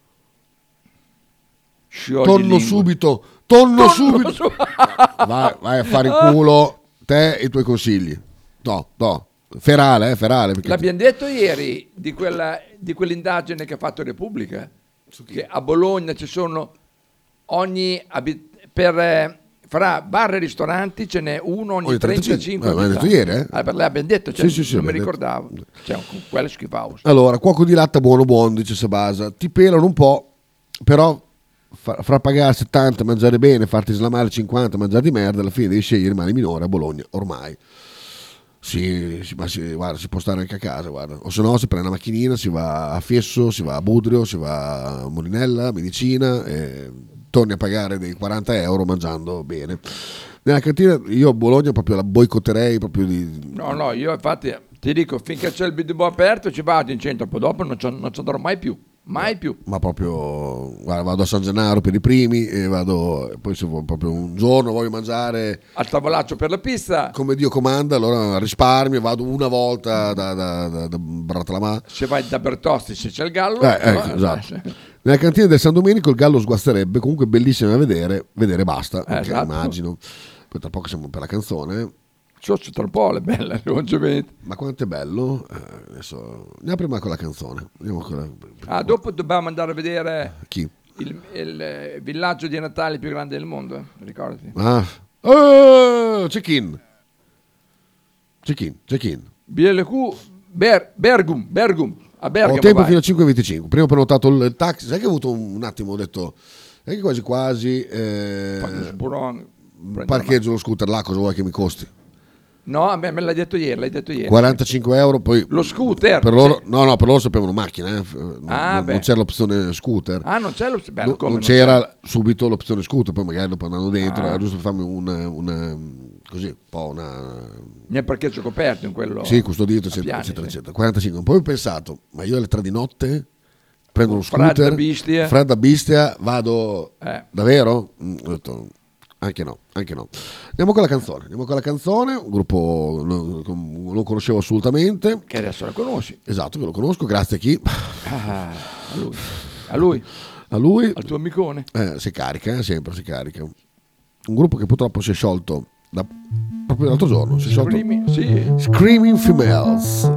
Tonno subito. Vai a fare il culo te e i tuoi consigli. No, ferale. L'abbiamo detto ieri di quell'indagine che ha fatto Repubblica, che a Bologna ci sono fra bar e ristoranti ce n'è uno ogni 35 l'abbiamo detto ieri, l'abbiamo detto, sì, non mi ricordavo, quello schifavo. Allora, cuoco di latta buono, dice Sabasa, ti pelano un po', però fra pagare 70, mangiare bene, farti slamare 50, mangiare di merda, alla fine devi scegliere il male minore a Bologna, ormai. Sì, guarda, si può stare anche a casa, guarda. O se no si prende una macchinina, si va a Fiesso, si va a Budrio, si va a Molinella, Medicina e torni a pagare dei 40 euro mangiando bene. Nella cantina io a Bologna proprio la boicotterei proprio di... No, io infatti ti dico, finché c'è il bidebo aperto ci vado in centro, poi dopo non ci andrò mai più. Ma proprio, guarda, vado a San Gennaro per i primi e poi se vuoi proprio un giorno voglio mangiare al tavolaccio per la pizza come Dio comanda, allora risparmio, vado una volta da Bratlama. Se vai da Bertosti se c'è il gallo esatto. Nella cantina del San Domenico il gallo sguasterebbe, comunque bellissimo da vedere basta, esatto. Immagino. Poi tra poco siamo per la canzone. C'è tra un po' le belle longevità. Ma quanto è bello, adesso andiamo prima con la canzone. Dopo dobbiamo andare a vedere chi? Il villaggio di Natale più grande del mondo, ricordati. Check-in. BLQ Bergum a Bergamo. Ho tempo fino a 5:25. Prima ho prenotato il taxi, sai che ho avuto un attimo, ho detto che quasi parcheggio lo scooter là, cosa vuoi che mi costi? No, a me l'hai detto ieri. 45 euro poi lo scooter. Per loro, per loro sapevano macchina, non c'era l'opzione scooter. Non c'è l'opzione. Non c'era subito l'opzione scooter, poi magari dopo andando dentro, era giusto per farmi un parcheggio coperto in quello. Sì, custodito, eccetera. 45. Poi ho pensato, ma io alle 3 di notte prendo lo scooter, fredda bestia, vado davvero? Ho detto anche no. Andiamo con la canzone, un gruppo non lo conoscevo assolutamente. Che adesso la conosci. Esatto, che lo conosco, grazie a chi? A lui. Al tuo amicone. Si carica, sempre si carica. Un gruppo che purtroppo si è sciolto proprio l'altro giorno. Screaming Females.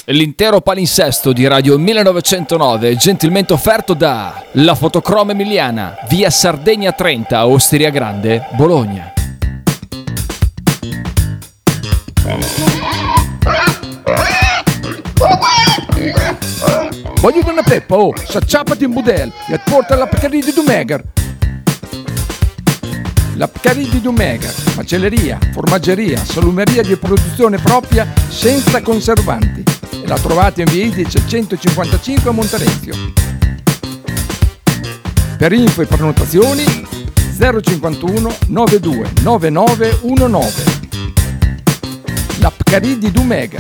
L'intero palinsesto di Radio 1909 è gentilmente offerto da La Fotocroma Emiliana, via Sardegna 30, Osteria Grande, Bologna. Voglio una peppa, s'acciappati in budel e porta la Pcaridi di Dumegar. La Pcaridi di Dumegar, macelleria, formaggeria, salumeria di produzione propria senza conservanti. E la trovate in via Idice 155 a Monterezio. Per info e prenotazioni 051 92 9919. La Pcaridi di Dumegar.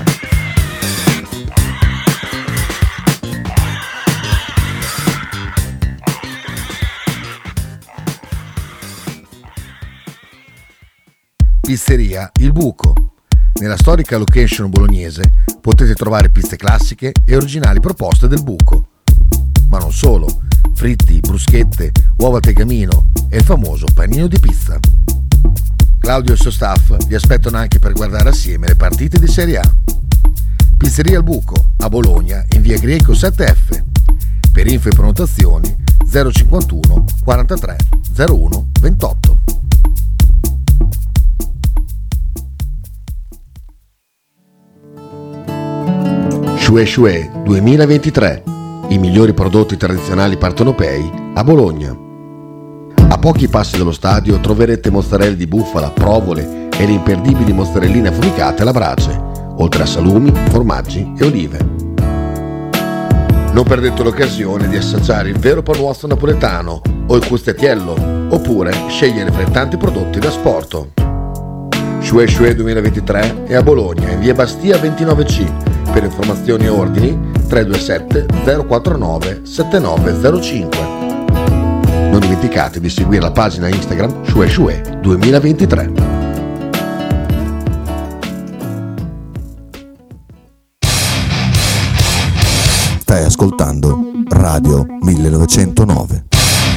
Pizzeria Il Buco. Nella storica location bolognese potete trovare pizze classiche e originali proposte del Buco. Ma non solo, fritti, bruschette, uova al tegamino e il famoso panino di pizza. Claudio e il suo staff vi aspettano anche per guardare assieme le partite di Serie A. Pizzeria Il Buco, a Bologna, in via Greco 7F. Per info e prenotazioni 051 43 01 28. Shue Shue 2023, i migliori prodotti tradizionali partenopei a Bologna. A pochi passi dallo stadio troverete mozzarella di bufala, provole e le imperdibili mozzarelline affumicate alla brace, oltre a salumi, formaggi e olive. Non perdete l'occasione di assaggiare il vero panuozzo napoletano o il custettiello, oppure scegliere fra i tanti prodotti da asporto. Shue Shue 2023 è a Bologna, in via Bastia 29C. Per informazioni e ordini 327 049 7905. Non dimenticate di seguire la pagina Instagram Shue Shue 2023. Stai ascoltando Radio 1909.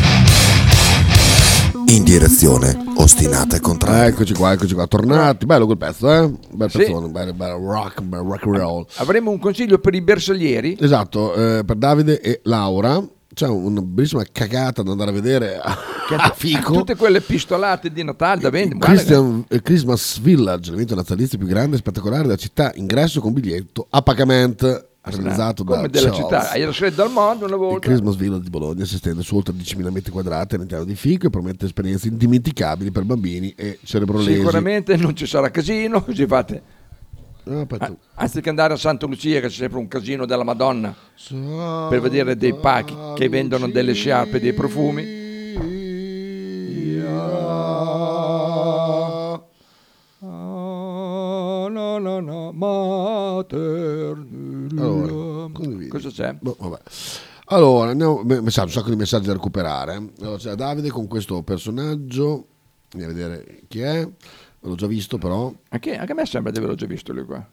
In direzione ostinata e contraria. Eccoci qua, tornati. Bello quel pezzo, bel pezzone, bello rock and roll. Avremo un consiglio per i bersaglieri? Esatto, per Davide e Laura. C'è una bellissima cagata da andare a vedere a Fico. Tutte quelle pistolate di Natale da vendere. Christmas Village, l'evento natalizio più grande e spettacolare della città. Ingresso con biglietto a pagamento. Realizzato come da della Charles. Città, hai freddo al mondo una volta. Il Christmas Village di Bologna si estende su oltre 10.000 metri quadrati all'interno di Fico e promette esperienze indimenticabili per bambini e cerebrolesi. Sicuramente non ci sarà casino, così fate. Anziché andare a Santa Lucia, che c'è sempre un casino della Madonna, per vedere dei pacchi che vendono delle sciarpe e dei profumi. Allora, cosa c'è? Allora, andiamo, un sacco di messaggi da recuperare. Allora, c'è Davide con questo personaggio, andiamo a vedere chi è. L'ho già visto, però. Anche a me sembra di averlo già visto lui qua.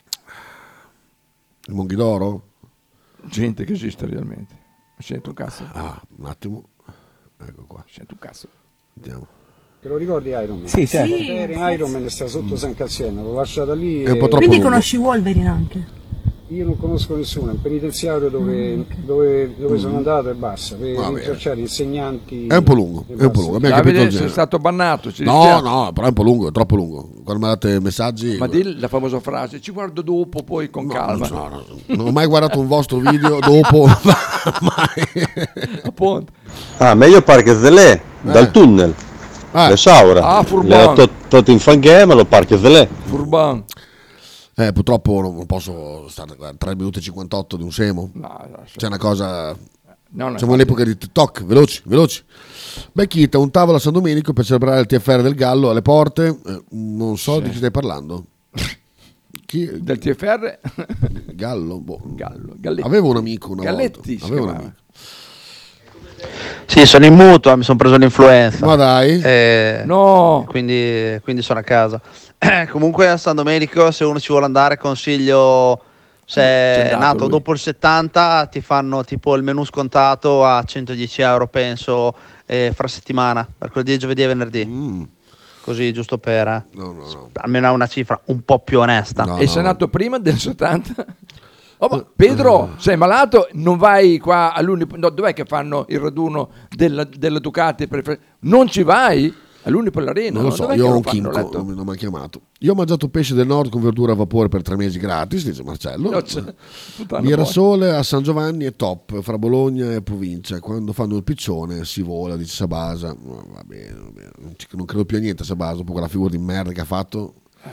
Il Monghidoro? Gente che esiste realmente. Sento un cazzo. Un attimo. Ecco qua. Sento un cazzo. Vediamo. Te lo ricordi Iron Man? Sì, certo. Iron Man sta sotto San Calziano, l'ho lasciata lì. È un po' troppo Quindi lungo. conosci Wolverine anche? Io non conosco nessuno, è un penitenziario dove sono andato e basta, per rintracciare insegnanti. È un po' lungo, abbiamo Davide, sei stato bannato. No, però è un po' lungo, è troppo lungo. Quando mi date messaggi. Ma di la famosa frase, ci guardo dopo, poi con calma. No. Non ho mai guardato un vostro video dopo. Mai. Appunto. Meglio Parque Zelè, dal tunnel. Le Saura. Furban. Le tutto in fanghe, lo Parque Zelè. Furban. Purtroppo non posso stare 3 minuti e 58 di un semo. C'è una cosa. Siamo all'epoca di TikTok, veloci. Becchita, un tavolo a San Domenico per celebrare il TFR del Gallo alle porte. Non so di chi stai parlando. Chi? Del TFR? Gallo? Galletti. Avevo un amico una Galletti, volta. Avevo un amico. Sì, sono in mutuo, mi sono preso l'influenza. Ma dai? No. Quindi sono a casa. Comunque a San Domenico, se uno ci vuole andare, consiglio, se è nato lui. dopo il 70 ti fanno tipo il menù scontato a 110 euro penso, fra settimana, mercoledì, giovedì e venerdì. Così giusto per no. almeno una cifra un po' più onesta. E sei nato prima del 70? Oh, ma Pedro, sei malato? Non vai qua all'Unipol? No, dov'è che fanno il raduno della Ducati? Non ci vai? All'Unipol Arena? Non lo so, Dov'è io che ho lo un fanno, chinco, letto? non mi ha mai chiamato. Io ho mangiato pesce del nord con verdura a vapore per 3 mesi gratis, dice Marcello. No, puttana Mirasole a San Giovanni è top, fra Bologna e provincia. Quando fanno il piccione si vola, dice Sabasa. No, va bene. Non credo più a niente a Sabasa dopo quella figura di merda che ha fatto.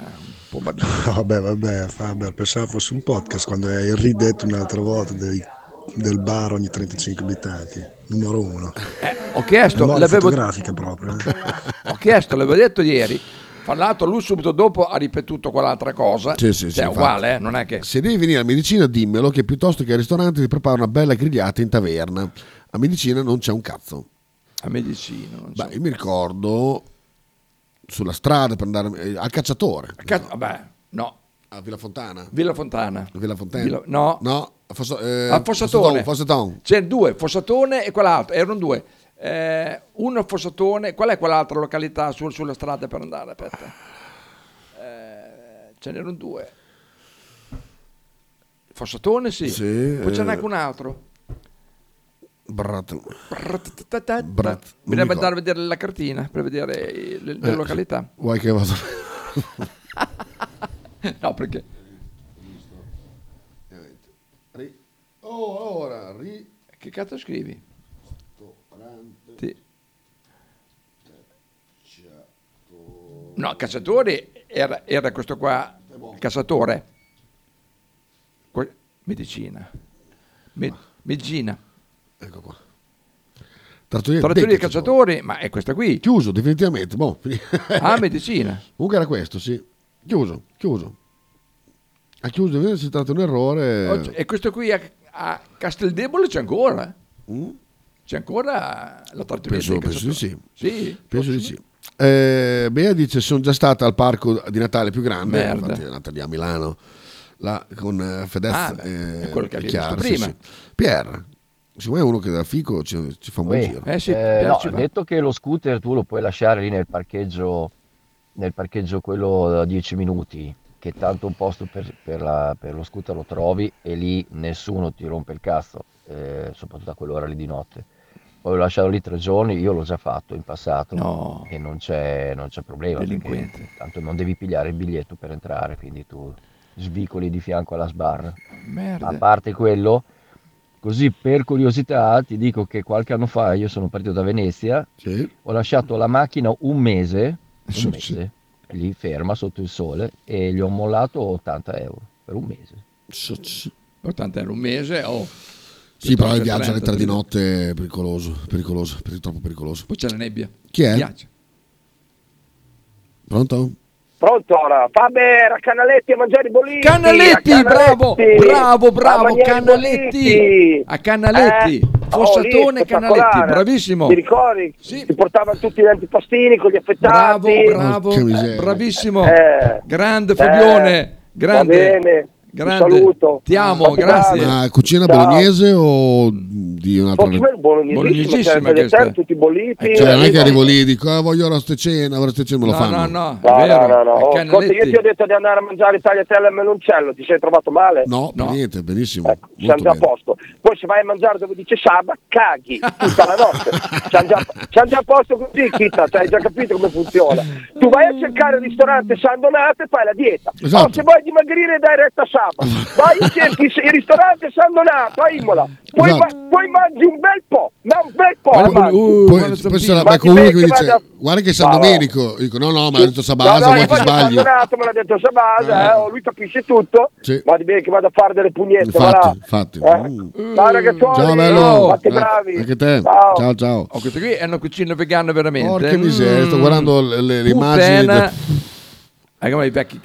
Vabbè, Faber, pensavo fosse un podcast quando hai ridetto un'altra volta del bar ogni 35 abitanti, numero 1. Ho chiesto, fotografica proprio. Ho chiesto, l'avevo detto ieri. Fra l'altro lui subito dopo ha ripetuto quell'altra cosa. Sì, cioè, uguale, non è che... Se devi venire a Medicina dimmelo che piuttosto che al ristorante ti prepara una bella grigliata in taverna. A Medicina non c'è un cazzo. A Medicina non Beh, io mi ricordo sulla strada per andare al Cacciatore. Vabbè, no. A Villa Fontana. Villa Fontana. No. A Fossatone. C'è due, Fossatone e quell'altro, erano due. Uno a Fossatone, qual è quell'altra località sulla strada per andare? Aspetta. Ce n'erano due. Fossatone, sì. Poi c'è anche un altro. Bisogna andare a vedere la cartina per vedere le località. Vuoi che vado? No, perché? Che cazzo scrivi? No, Cacciatori era questo qua, Cacciatore. Medicina. Medicina. Ecco qua. Trattoria Cacciatori, ma è questa qui. Chiuso, definitivamente. Boh. Medicina. Comunque era questo, sì. Chiuso. Ha chiuso, si tratta di un errore. E questo qui a Casteldebole c'è ancora? C'è ancora la trattoria? Penso di sì. Sì? Penso di sì. Bea dice sono già stata al parco di Natale più grande. Merda. Infatti è nata lì a Milano là, con Fedez è quello che Chiara, avevi visto prima. sì. Pierre, secondo me è uno che da Fico ci fa un bel giro. No, detto che lo scooter tu lo puoi lasciare lì nel parcheggio quello da 10 minuti, che tanto un posto per lo scooter lo trovi e lì nessuno ti rompe il cazzo, soprattutto a quell'ora lì di notte. Poi l'ho lasciato lì 3 giorni, io l'ho già fatto in passato e non c'è problema, perché tanto non devi pigliare il biglietto per entrare, quindi tu svicoli di fianco alla sbarra. Merda. A parte quello, così per curiosità ti dico che qualche anno fa io sono partito da Venezia, ho lasciato la macchina un mese lì ferma sotto il sole e gli ho mollato 80 euro per un mese. 80 euro un mese? Sì, però il viaggio alle 3 di notte è pericoloso, troppo pericoloso. Poi c'è la nebbia. Chi è? Piace. Pronto? Pronto ora? Faber, a Canaletti a mangiare i bolliti. Canaletti, bravo, Canaletti. A Canaletti. Fossatone, Canaletti, bravissimo. Ti ricordi? Sì. Ti portavano tutti gli antipastini con gli affettati. Bravo, bravissimo. Grande Fabione, grande. Va bene. Grande. Un saluto. Ti amo, grazie. Ma cucina bolognese o di un'altra Bolognesissima questa. Tutti i bolliti. Cioè non è che arrivo lì e dico voglio la cena, me lo fanno. No, Ascolta, io ti ho detto di andare a mangiare tagliatelle al meloncello, ti sei trovato male? No, per niente, benissimo. Siamo già a posto. Poi se vai a mangiare dove dice Saba, caghi tutta la notte. Siamo già a posto così, Kita, hai già capito come funziona. Tu vai a cercare il ristorante San Donato e fai la dieta. Esatto. Se vuoi dimagrire dai retta a Saba. Vai e cerchi il ristorante San Donato a Imola. Poi mangi un bel po', ma un bel po'. Poi c'è la comunque che mi dice guarda che San Domenico. Dico no, ma ha detto Sabasa, ma ti sbagli. San Donato me l'ha detto Sabasa, lui capisce tutto. Va di bene che vado a fare delle pugnette. Infatti. Ciao ragazzuoli, ciao bello, fate bravi. Anche te. Ciao. Questa qui è una cucina vegana veramente. Porca miseria, sto guardando le immagini. Come i vecchi.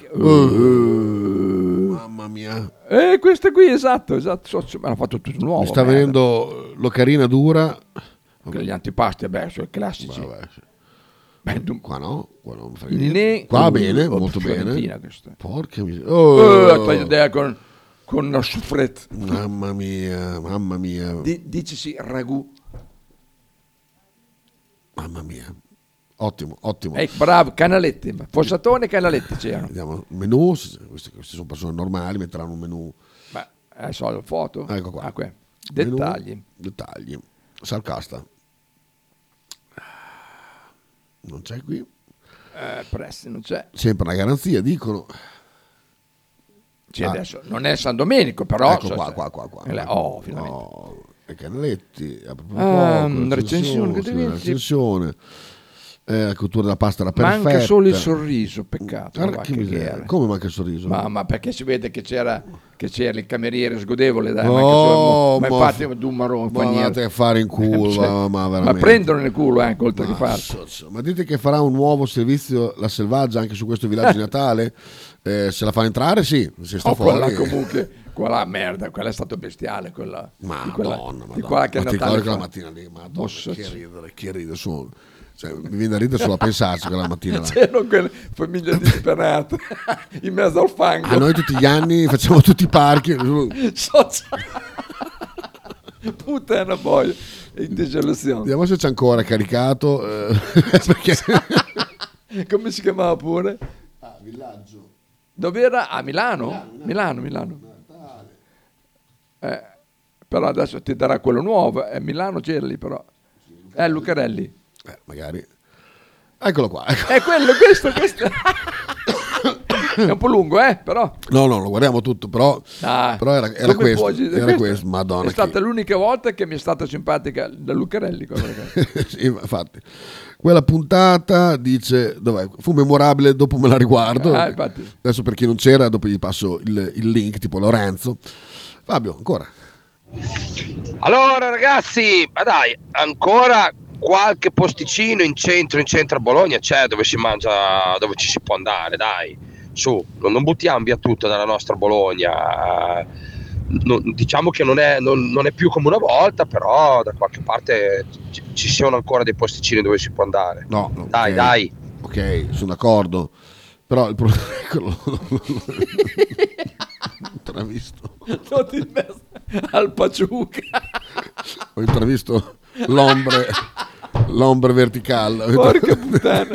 Mamma mia. Questa qui, esatto. Me l'ha fatto tutto nuovo. Mi sta venendo l'ocarina dura. Gli antipasti, sono classici. Qua no. Qua non mi fa niente. Qua bene, molto bene. Porca miseria. Con una soufflette. Mamma mia. Dicesi ragù. Mamma mia. Ottimo. Bravo, Canaletti. Fossatone e Canaletti c'erano. Vediamo, menù, queste sono persone normali, metteranno un menù. So la foto. Ecco qua. Qui. Dettagli. Salcasta. Non c'è qui. Presti non c'è. Sempre una garanzia, dicono. Adesso non è San Domenico, però. Ecco qua. Finalmente. E Canaletti. Recensione. La cottura della pasta era perfetta. Manca solo il sorriso, peccato. Come manca il sorriso? Ma perché si vede che c'era il cameriere sgodevole, dai. Ma infatti un marrone. Ma andate a fare in culo, ma prendono nel culo anche oltre che fare. Ma dite che farà un nuovo servizio la Selvaggia anche su questo villaggio di Natale? Se la fa entrare, sì. Se sta fuori. Quella comunque, quella merda, quella è stato bestiale. Madonna. Di quella che è Natale. Quella mattina lì, Madonna, che ride solo. Cioè, mi viene da ridere solo a pensarci quella mattina là. C'erano quelle famiglie disperate in mezzo al fango. Noi tutti gli anni facciamo tutti i parchi. Puttana boia. Indigelazione. Vediamo se c'è ancora caricato. Perché... Come si chiamava pure? Villaggio. Dove era? A Milano. Però adesso ti darà quello nuovo. Milano c'era lì però. Lucarelli. Magari. Eccolo qua. È quello, questo. È un po' lungo, però. No, lo guardiamo tutto, però era questo. Madonna. È stata l'unica volta che mi è stata simpatica da Lucarelli. Sì, infatti. Quella puntata dice, dov'è? Fu memorabile, dopo me la riguardo. Adesso per chi non c'era, dopo gli passo il link, tipo Lorenzo. Fabio, ancora. Allora ragazzi, ma dai, ancora qualche posticino in centro a Bologna c'è dove si mangia, dove ci si può andare, dai, su, non buttiamo via tutto dalla nostra Bologna. Diciamo che non è più come una volta, però da qualche parte ci sono ancora dei posticini dove si può andare. No, dai. Ok, sono d'accordo, però il problema è quello. Ho intravisto al Paciuca. Ho intravisto l'ombre verticale. Porca puttana.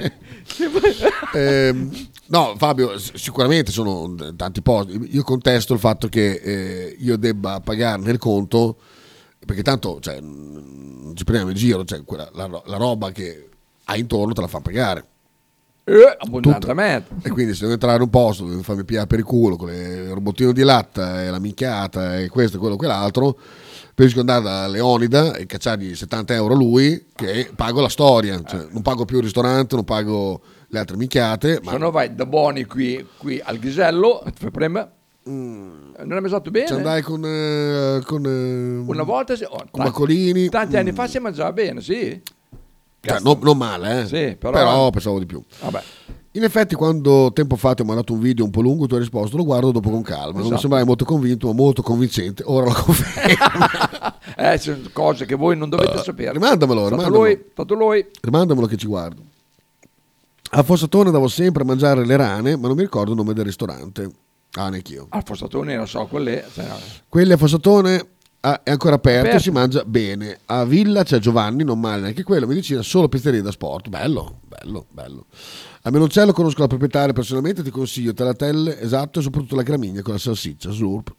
No, Fabio, sicuramente sono tanti posti. Io contesto il fatto che io debba pagare nel conto, perché tanto non ci prendiamo in giro, la roba che hai intorno te la fa pagare. Abbondantemente. E quindi se devo entrare in un posto dove farmi pigliare per il culo con il robottino di latta e la minchiata e questo, quello, quell'altro, preferisco andare da Leonida e cacciargli 70 euro lui, che pago la storia, non pago più il ristorante, non pago le altre minchiate. Se no vai da Boni qui al Ghisello, ti fai prima. Non è mai stato bene. Ci andai con una volta con Baccolini. Tanti anni fa si mangiava bene, sì. Non male, sì, però pensavo di più. Vabbè. In effetti, quando tempo fa ti ho mandato un video un po' lungo, tu hai risposto: lo guardo dopo con calma. Non mi sembravi molto convinto, ma molto convincente. Ora lo confermo. Sono cose che voi non dovete sapere. Rimandamelo. Stato lui. Rimandamelo che ci guardo. A Fossatone andavo sempre a mangiare le rane, ma non mi ricordo il nome del ristorante. Neanch'io. Al Fossatone lo so, quelli a Fossatone è ancora aperto, si mangia bene. A Villa c'è Giovanni, non male neanche quello, medicina, solo pizzeria da sport. Bello. A Menoncello conosco la proprietaria personalmente, ti consiglio tagliatelle, esatto, e soprattutto la gramigna con la salsiccia, slurp.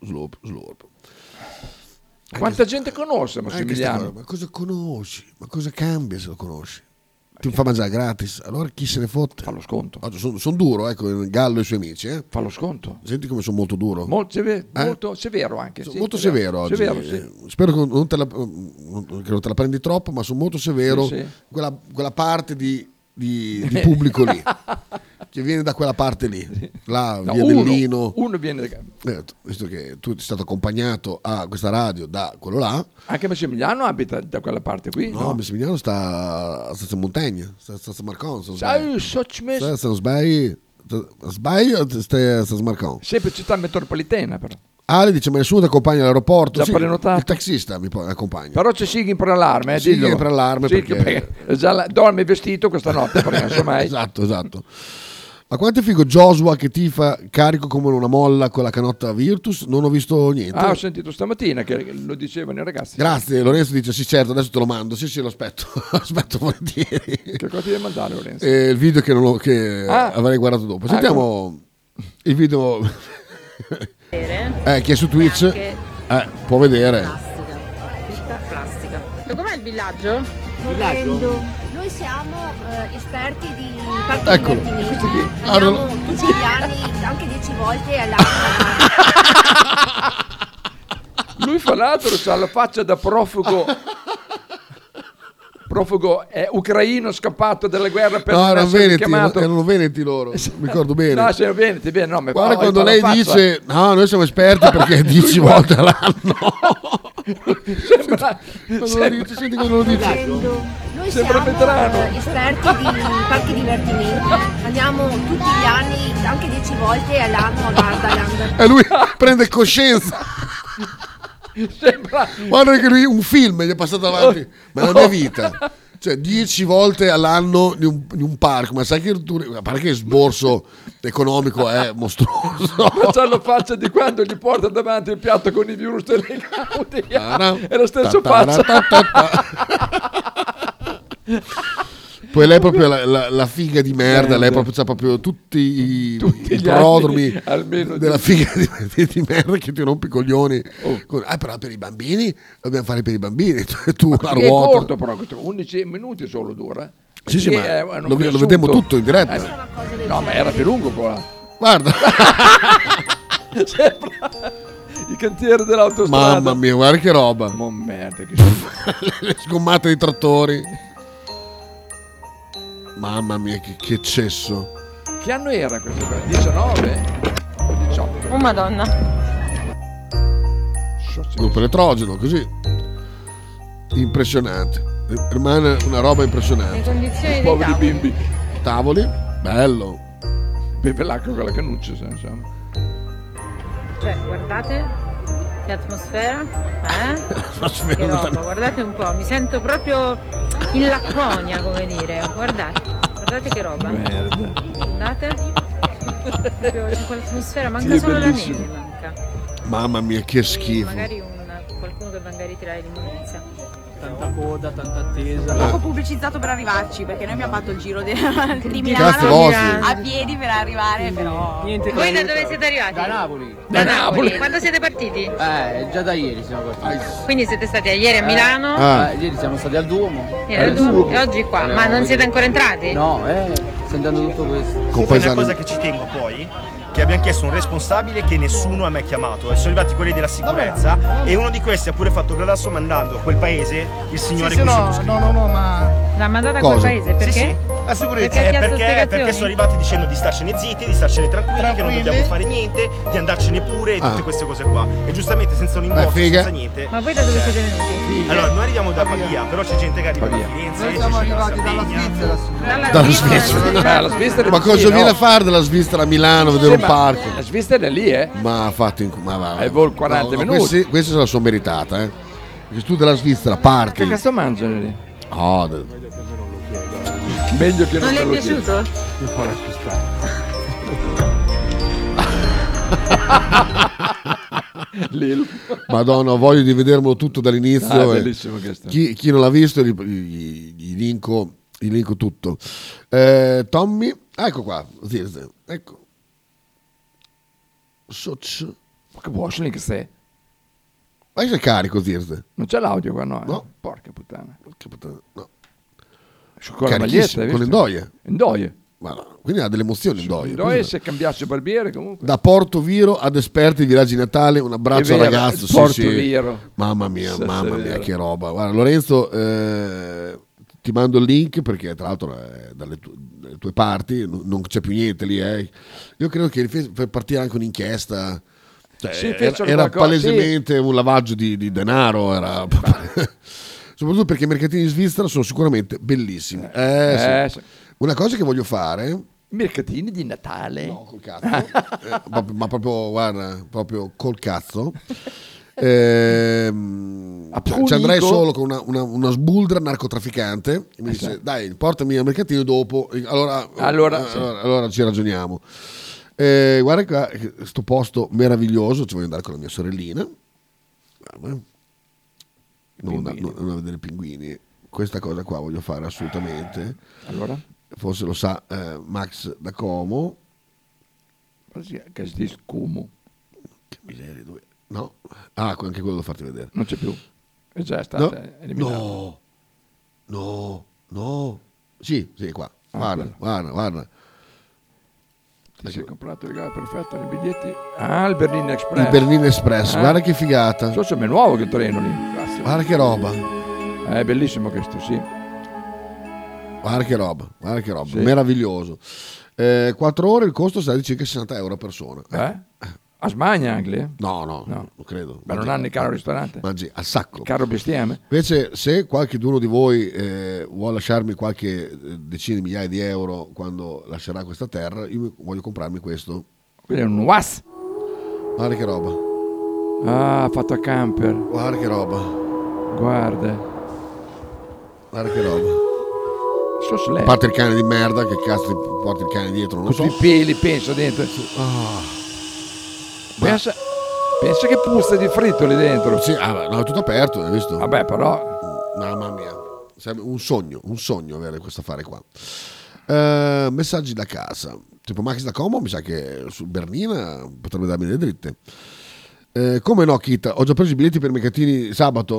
Quanta gente conosce Massimiliano? Ma cosa conosci? Ma cosa cambia se lo conosci? Ti fa mangiare gratis, allora chi se ne fotte? Fa lo sconto. Sono duro, ecco, Gallo e i suoi amici. Fa lo sconto. Senti come sono molto duro. Molto severo anche. Sì, molto severo oggi. Sì. Spero che non te la prendi troppo, ma sono molto severo. Sì. Quella parte di pubblico lì che viene da quella parte lì, là, via Bellino. Uno viene visto che tu sei stato accompagnato a questa radio da quello là. Anche Massimiliano abita da quella parte qui. No? Massimiliano sta a Montagna, sta a Marcon. Se non sbaglio stai a Marcon. Sempre città metropolitana però. Ale dice: ma nessuno ti accompagna all'aeroporto? Già prenotato. Il taxista mi accompagna. Però c'è Sighin per l'allarme, Sighin per l'allarme, perché già dorme vestito questa notte, perché non so mai. Esatto. Ma quanto è figo Joshua che tifa carico come una molla con la canotta Virtus? Non ho visto niente. Ho sentito stamattina che lo dicevano i ragazzi. Grazie, Lorenzo dice: sì, certo, adesso te lo mando. Sì, lo aspetto. Aspetto volentieri. Che cosa ti devi mandare, Lorenzo? Il video che avrei guardato dopo. Sentiamo il video. Chi è su Twitch può vedere. Plastica. Com'è il villaggio? Noi siamo esperti di parchi Eccolo. divertimenti. Andiamo tutti gli anni, anche 10 volte all'anno. Lui fra l'altro ha la faccia da profugo. Profugo è ucraino scappato dalla guerra per No, non essere chiamato. erano veneti loro, mi ricordo bene. No, sono veneti, bene, no, Guarda quando lei dice no, noi siamo esperti perché 10 volte all'anno. Senti quando lo dice. Noi Sembra siamo veterano. esperti di parchi divertimenti. Andiamo tutti gli anni, anche 10 volte all'anno a Gardaland. E lui prende coscienza. Guarda che lui un film gli è passato davanti, ma è la mia vita. Cioè 10 volte all'anno in un parco, ma sai che a parte che il sborso economico è mostruoso. Ma c'ha la faccia di quando gli porta davanti il piatto con i virus delle gaudi. È la stessa faccia. Poi lei è proprio la figa di merda, lei proprio c'ha proprio tutti i prodromi della figa di merda che ti rompi i coglioni. Però per i bambini dobbiamo fare per i bambini. Tu la È ruota. corto però, 11 minuti solo dura. Sì, Perché ma è un lo riassunto. vediamo tutto in diretta. No, ma era più lungo qua. Guarda. Sembra i cantieri dell'autostrada. Mamma mia, guarda che roba. Ma merda, che Le sgommate dei trattori. Mamma mia, che cesso. Che anno era questo qua? 19 o 18? Oh madonna. Gruppo elettrogeno, così. Impressionante. Rimane una roba Le impressionante. condizioni dei Poveri tavoli. bimbi. Tavoli, bello. Beve l'acqua con la cannuccia, insomma. Cioè, guardate che atmosfera. Atmosfera Che roba, totale. guardate un po', mi sento proprio in Lapponia, come dire. Guardate che roba. Merda. Guardate. Proprio in quell'atmosfera, manca Sì, è solo bellissimo. la neve, manca. Mamma mia, che schifo. Magari qualcuno che venga a ritirare l'immondizia. Tanta coda, tanta attesa. Poco pubblicizzato per arrivarci, perché noi abbiamo fatto il giro di Cazzo Milano vostri. a piedi per arrivare, però. Niente. Voi da dove siete arrivati? Da Napoli. Da Napoli. Quando siete partiti? Già da ieri siamo partiti. Quindi siete stati ieri a Milano? Ieri siamo stati al Duomo. E oggi qua. Ma non siete ancora entrati? No, sentendo tutto questo. Comunque una cosa che ci tengo poi, che abbiamo chiesto un responsabile che nessuno ha mai chiamato, e sono arrivati quelli della sicurezza e uno di questi ha pure fatto gradasso mandando a quel paese il signore Sì, qui no, sottoscritto. no, ma L'ha mandata a quel Cosa? paese? Perché? Sì, sì, la sicurezza Perché ha chiesto perché spiegazioni? sono arrivati dicendo di starcene zitti, di starcene tranquilli, che non dobbiamo fare niente, di andarcene pure e tutte queste cose qua. E giustamente senza un importo, figa. senza niente. Ma voi da dove siete venuti? Allora, noi arriviamo da Pavia, però c'è gente che arriva da Firenze, noi c'è siamo gente da arrivati dalla Sardegna. Svizzera. Dalla Svizzera. La Svizzera Ma cosa sì, viene no? a fare dalla Svizzera a Milano a vedere un ma parco? La Svizzera è lì, Ma fatti in ma va. È vol 40 minuti. Questi se la sono meritata, Perché tu dalla Svizzera parti. Che cazzo mangiano lì? Oh, Meglio che non Non le te è lo chiedo. piaciuto? Un po' Madonna, ho voglia di vedermelo tutto dall'inizio. Ah, è bellissimo questo. Chi non l'ha visto, gli linko tutto. Tommy, ecco qua, Zirze, ecco. Soc. Ma che vuoi che sei? Vai se carico, Zirze. Non c'è l'audio qua, no? No. Porca puttana. No. Con la maglietta, hai con le visto? indoie. Indoie. Ma no, quindi ha delle emozioni Indoie. Indoie se cambiasse barbiere comunque. Da Porto Viro ad esperti di villaggi Natale, un abbraccio È al vero, ragazzo. Porto Viro. Mamma mia, Sì, mamma sì, è mia, vero. che roba. Guarda, Lorenzo, ti mando il link perché tra l'altro è dalle tue parti, non c'è più niente lì. Io credo che per partire anche un'inchiesta. Cioè, Sì, era fecero qualcosa, palesemente un lavaggio di denaro. Soprattutto perché i mercatini in Svizzera sono sicuramente bellissimi. Sì. Una cosa che voglio fare. Mercatini di Natale. No, col cazzo. Ma proprio, guarda, proprio col cazzo. Ci andrei solo con una sbuldra narcotrafficante. E mi dice, dai, portami al mercatino dopo. Allora ci ragioniamo. Guarda qua, sto posto meraviglioso. Ci voglio andare con la mia sorellina. Non a vedere i pinguini. Questa cosa qua voglio fare assolutamente. Allora? Forse lo sa Max da Como. Che si dice Como. Che miseria, dove? No? Ah, anche quello devo farti vedere. Non c'è più. È già stata eliminata. No. Sì, qua. Guarda. Ti sei comprato il regalo perfetto nei biglietti? Ah, il Bernina Express. Il Bernina Express, guarda che figata. So se è nuovo che treno lì. Grazie. Guarda che roba. È bellissimo questo, sì. Guarda che roba. Sì. Meraviglioso. 4 ore il costo sarà di circa 60 euro a persona. A Smagna anche? No, non credo. Ma non hanno il caro ristorante? Mangi al sacco. Caro bestiame? Invece, se qualcuno di voi vuole lasciarmi qualche decine di migliaia di euro quando lascerà questa terra, io voglio comprarmi questo. Quello è un was. Guarda che roba. Ah, fatto a camper. Guarda che roba. Guarda che roba. A parte il cane di merda, che cazzo ti porti il cane dietro, non lo so. Tutti i peli, penso, dentro. Pensa che puzza di fritto lì dentro. Sì, no, è tutto aperto, hai visto? Vabbè, però. Mamma mia. Sarebbe un sogno avere questo affare qua. Messaggi da casa. Tipo Max da Como, mi sa che su Bernina potrebbe darmi le dritte. Come no, Kita? Ho già preso i biglietti per i mercatini sabato.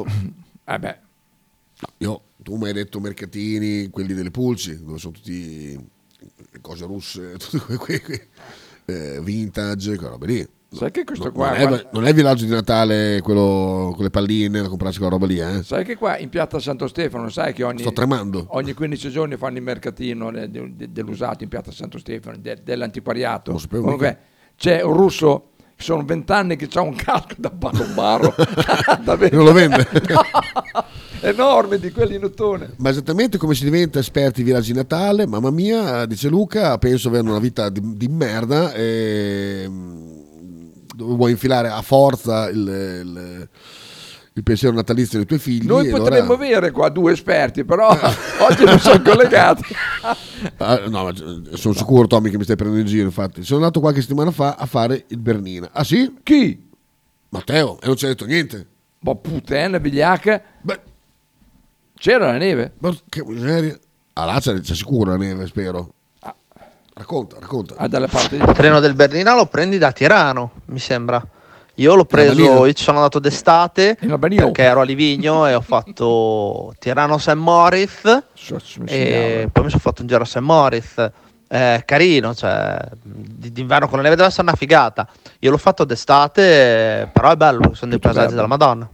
No, tu mi hai detto mercatini, quelli delle pulci, dove sono tutti cose russe, tutte quelle vintage, quelle robe lì. Sai che questo qua non è il villaggio di Natale, quello con le palline, da comprarsi quella roba lì, Sai che qua in piazza Santo Stefano, sai che sto tremando. Ogni 15 giorni fanno il mercatino dell'usato in piazza Santo Stefano, dell'antiquariato. Non sapevo. Comunque c'è un russo che sono 20 anni che ha un casco da palombaro. Non lo vende? No, enorme, di quelli in ottone. Ma esattamente come si diventa esperti di villaggi di Natale, mamma mia, dice Luca, penso avere una vita di merda e dove vuoi infilare a forza il pensiero natalizio dei tuoi figli. Noi potremmo avere qua 2 esperti, però oggi non sono collegati. No, sono sicuro, Tommy, che mi stai prendendo in giro. Infatti, sono andato qualche settimana fa a fare il Bernina. Ah sì? Chi? Matteo, e non ci ha detto niente. Ma puttana, vigliacca. Beh, c'era la neve? Ma che miseria. Là c'è sicuro la neve, spero. Racconta. Dalle parti Il treno del Bernina lo prendi da Tirano, mi sembra. Io l'ho preso, io ci sono andato d'estate perché ero a Livigno e ho fatto Tirano-St. Moritz e poi mi sono fatto un giro a St. Moritz. Carino, cioè d'inverno con la neve deve essere una figata. Io l'ho fatto d'estate, però è bello, sono dei paesaggi della Madonna.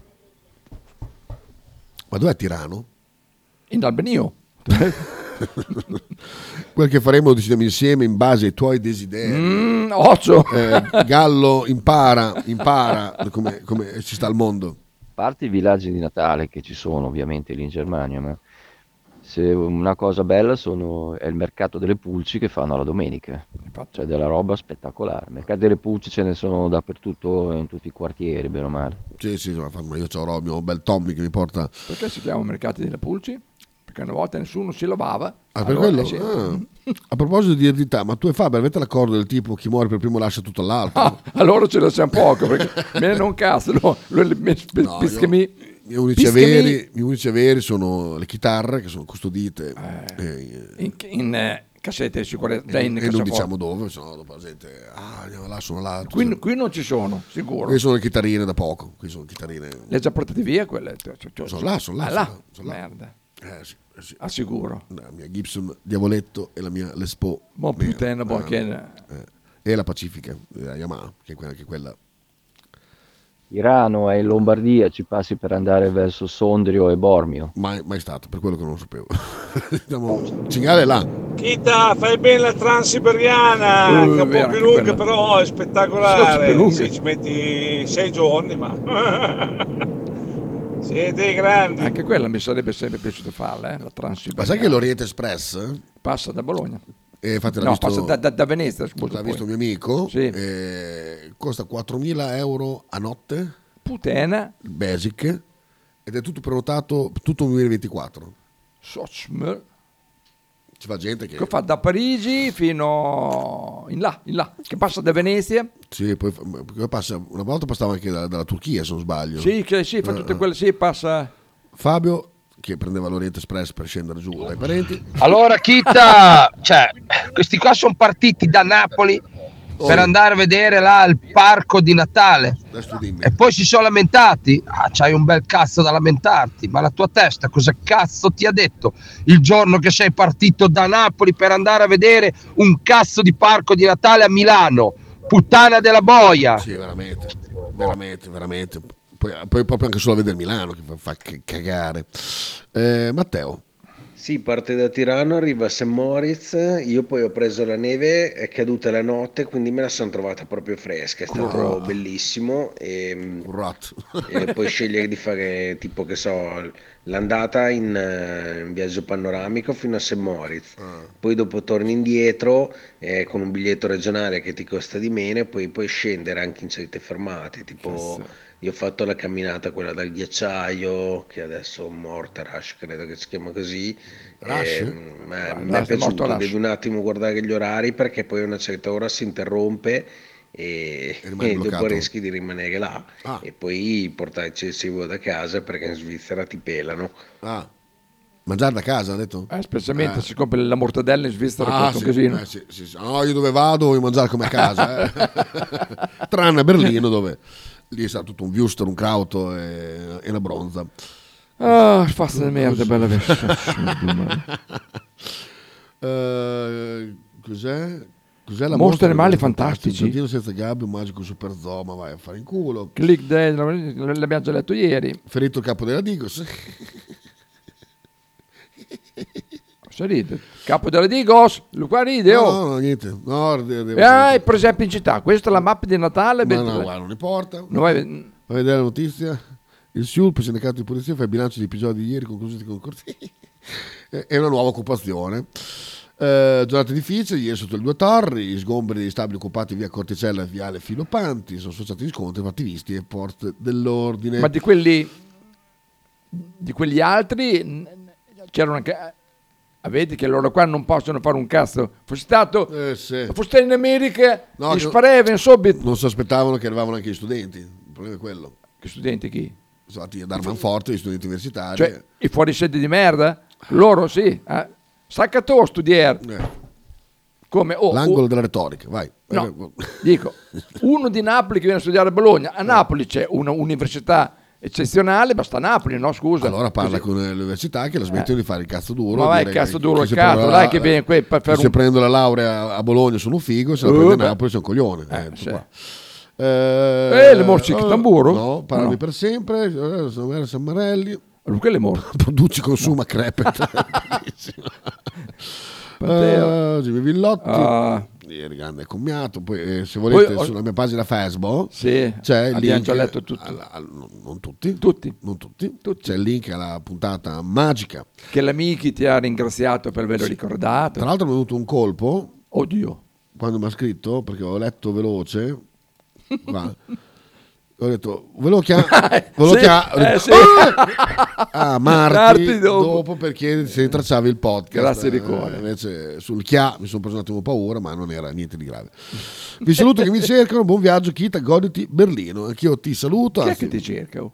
Ma dov'è Tirano? In Albania. Quel che faremo lo decidiamo insieme in base ai tuoi desideri. Occhio. Gallo, impara come ci sta il mondo. A parte i villaggi di Natale che ci sono ovviamente lì in Germania, ma se una cosa bella è il mercato delle pulci che fanno la domenica, cioè della roba spettacolare. Mercati delle pulci ce ne sono dappertutto, in tutti i quartieri, bene o male. Sì, io ho il mio bel Tommy che mi porta. Perché si chiamano mercati delle pulci? Perché una volta nessuno si lavava. Per quello? Sì. A proposito di eredità, ma tu e Fabio avete l'accordo del tipo chi muore per primo lascia tutto all'altro? Allora ce la siamo poco, perché me non cazzo, I miei unici averi sono le chitarre che sono custodite in cassette di sicurezza e non diciamo dove, sennò dopo la gente andiamo là, sono là. Qui non ci sono, sicuro. Qui sono le chitarrine da poco, qui sono chitarrine. Le hai già portate via quelle? Sono là. Merda. Sì. Assicuro. La mia Gibson Diavoletto e la mia Les Paul. E la Pacifica, la Yamaha, che è anche quella. Tirano è in Lombardia, ci passi per andare verso Sondrio e Bormio. Mai stato, per quello che non lo sapevo. Cingale là. Kita, fai bene la Transiberiana, che è un po' più lunga, però è spettacolare. Sì, ci metti 6 giorni, ma siete grandi. Anche quella mi sarebbe sempre piaciuto farla, la Transiberiana. Ma sai che l'Oriente Express passa da Bologna? Infatti passa da Venezia. L'ha visto un mio amico. Sì. Costa 4.000 euro a notte. Puttana. Basic. Ed è tutto prenotato tutto 2024. Ci fa gente che fa da Parigi fino in là, che passa da Venezia. Sì, poi passa, una volta passava anche dalla Turchia, se non sbaglio. Sì, fa tutte quelle, passa. Fabio, che prendeva l'Oriente Express per scendere giù dai parenti. Allora Kita, cioè, questi qua sono partiti da Napoli per andare a vedere là il parco di Natale. E poi si sono lamentati. C'hai un bel cazzo da lamentarti, ma la tua testa cosa cazzo ti ha detto il giorno che sei partito da Napoli per andare a vedere un cazzo di parco di Natale a Milano? Puttana della boia. Sì, veramente. Poi proprio anche solo a vedere Milano che fa cagare. Matteo. Sì, parte da Tirano, arriva a St. Moritz, io poi ho preso la neve, è caduta la notte, quindi me la sono trovata proprio fresca, è stato bellissimo e poi scegliere di fare tipo che so, l'andata in viaggio panoramico fino a St. Moritz, poi dopo torni indietro con un biglietto regionale che ti costa di meno e poi puoi scendere anche in certe fermate, tipo... Io ho fatto la camminata quella dal ghiacciaio, che adesso Morta Rush, credo che si chiama così. Mi è piaciuto, devi un attimo guardare gli orari perché poi a una certa ora si interrompe e dopo rischi di rimanere là e poi portarci il cibo da casa perché in Svizzera ti pelano. Mangiare da casa, ha detto? Specialmente se compri la mortadella in Svizzera costa un casino. Sì. No, io dove vado voglio mangiare come a casa. Tranne a Berlino dove... Lì è stato tutto un Wuster, un Krauto e una bronza. Fasta di merda, bella vecchia. Cos'è la mostra animali fantastici? Un senza gabbia, un magico super zoo, ma vai a fare in culo. Click Day, l'abbiamo già letto ieri. Ferito il capo della Digos. Ride. Capo della Digos, qua ride. No, niente. Per esempio in città, questa è la mappa di Natale. Non importa. Vai a vedere la notizia. Il SIULP, il sindacato di polizia, fa il bilancio di episodi di ieri conclusi con corsi. È una nuova occupazione. Giornate difficili, ieri sotto le Due Torri, sgomberi degli stabili occupati via Corticella e viale Filopanti, sono stati scontri tra attivisti e forze dell'ordine. Ma di quegli altri c'erano anche... Vedi che loro qua non possono fare un cazzo. Fosse stato fosse in America, gli sparevano subito. Non si aspettavano che arrivavano anche gli studenti. Il problema è quello. Che studenti chi? Sono andati ad Armanforte, gli studenti universitari. Cioè, i fuorisede di merda? Loro sì. Sacca tu a studiare. Come, l'angolo della retorica, vai. No, dico, uno di Napoli che viene a studiare a Bologna. A Napoli c'è una università eccezionale, basta Napoli, no scusa. Allora parla con l'università che la smettono di fare il cazzo duro. Ma vai il cazzo duro, il cazzo, dai che viene qui per fare se prendo la laurea a Bologna sono un figo, se la prendo a Napoli sono un coglione. Le morci tamburo? No, parlami per sempre, San Marelli. Quello è morto. Produci, consuma, crepet. Jimmy Villotti. Ieri grande commiato. Poi se volete sulla mia pagina Facebook c'è il link. Già letto tutto. Non tutti. C'è il link alla puntata magica che l'Amichi ti ha ringraziato per averlo ricordato. Tra l'altro mi è venuto un colpo. Oddio. Quando mi ha scritto, perché ho letto veloce. Ho detto, volevo chiamare Marti dopo per chiedere se tracciavi il podcast. Grazie di cuore. Invece sul chia mi sono preso un attimo paura, ma non era niente di grave. Vi saluto che mi cercano, buon viaggio Kita, goditi Berlino. Anch'io ti saluto. Chi è che ti cerca?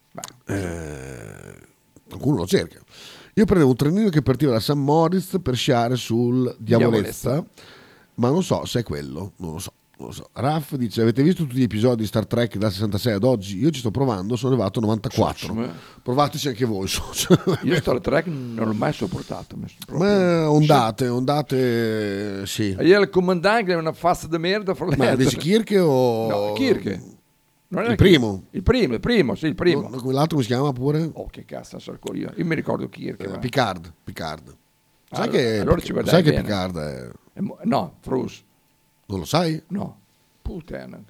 Qualcuno lo cerca. Io prendevo un trenino che partiva da St. Moritz per sciare sul Diavolezza, ma non so se è quello, non lo so. Raff dice: avete visto tutti gli episodi di Star Trek dal 66 ad oggi? Io ci sto provando, sono arrivato a 94. Provateci anche voi. Io Star Trek non l'ho mai sopportato. Ma ondate sì. Io il comandante è una faccia di merda. Ma dici Kirk o... No, Kirk. Il primo? Il primo, sì, il primo. Quell'altro mi si chiama pure? Oh, che cazzo, io mi ricordo Kirk. Picard. Sai allora che Picard è... No, Bruce. Non lo sai? No. Puttana.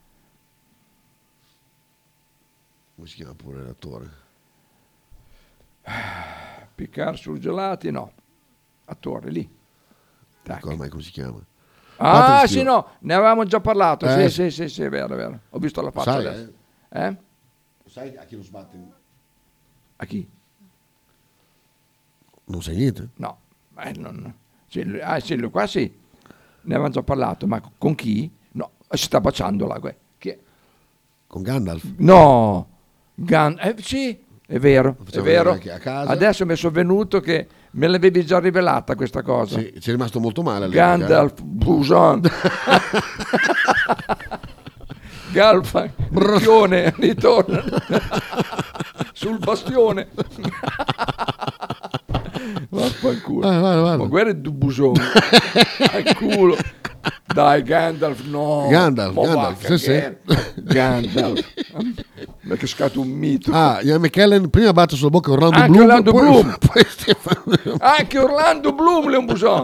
Come si chiama pure l'attore? Picard surgelati, no. Attore lì. Come si chiama? Sì, no, ne avevamo già parlato. Sì, è vero. Ho visto la faccia adesso. Sai a chi lo sbatte? A chi? Non sai niente? No. Sì, qua sì. Ne avevamo già parlato, ma con chi? No, si sta baciando là. Chi è? Con Gandalf? No, sì, è vero. A casa. Adesso mi è sovvenuto che Me l'avevi già rivelata questa cosa. Sì, ci è rimasto molto male. Gandalf Busan. Galfa, Ricchione, ritorna sul bastione. Vaffanculo. Vai. Ma guarda il Busan. Al culo. Dai, Gandalf, no. Gandalf, sì. Gandalf. Perché scatta un mito. Ian McKellen prima batte sulla bocca Orlando Anche Bloom. Orlando Bloom. Anche Orlando Bloom è un Busan.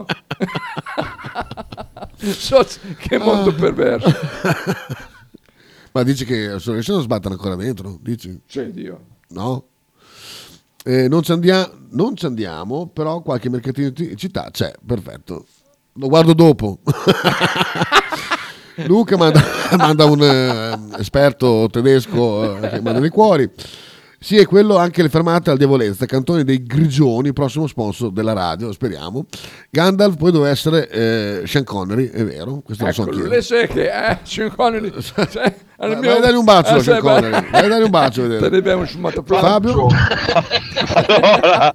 Che mondo perverso. Ma dici che non sbattono ancora dentro? Dici? C'è Dio. No? Non ci andiamo, però qualche mercatino in città c'è, perfetto. Lo guardo dopo. Luca manda un esperto tedesco che manda dei cuori. Sì, è quello, anche le fermate al Diavolezza, Cantone dei Grigioni, prossimo sponsor della radio, speriamo. Gandalf poi doveva essere Sean Connery, è vero, questo lo so anch'io. Le secche, Sean Connery. Vai a dare un bacio a Sean Connery, vai a dare un bacio a vedere. Fabio? Allora,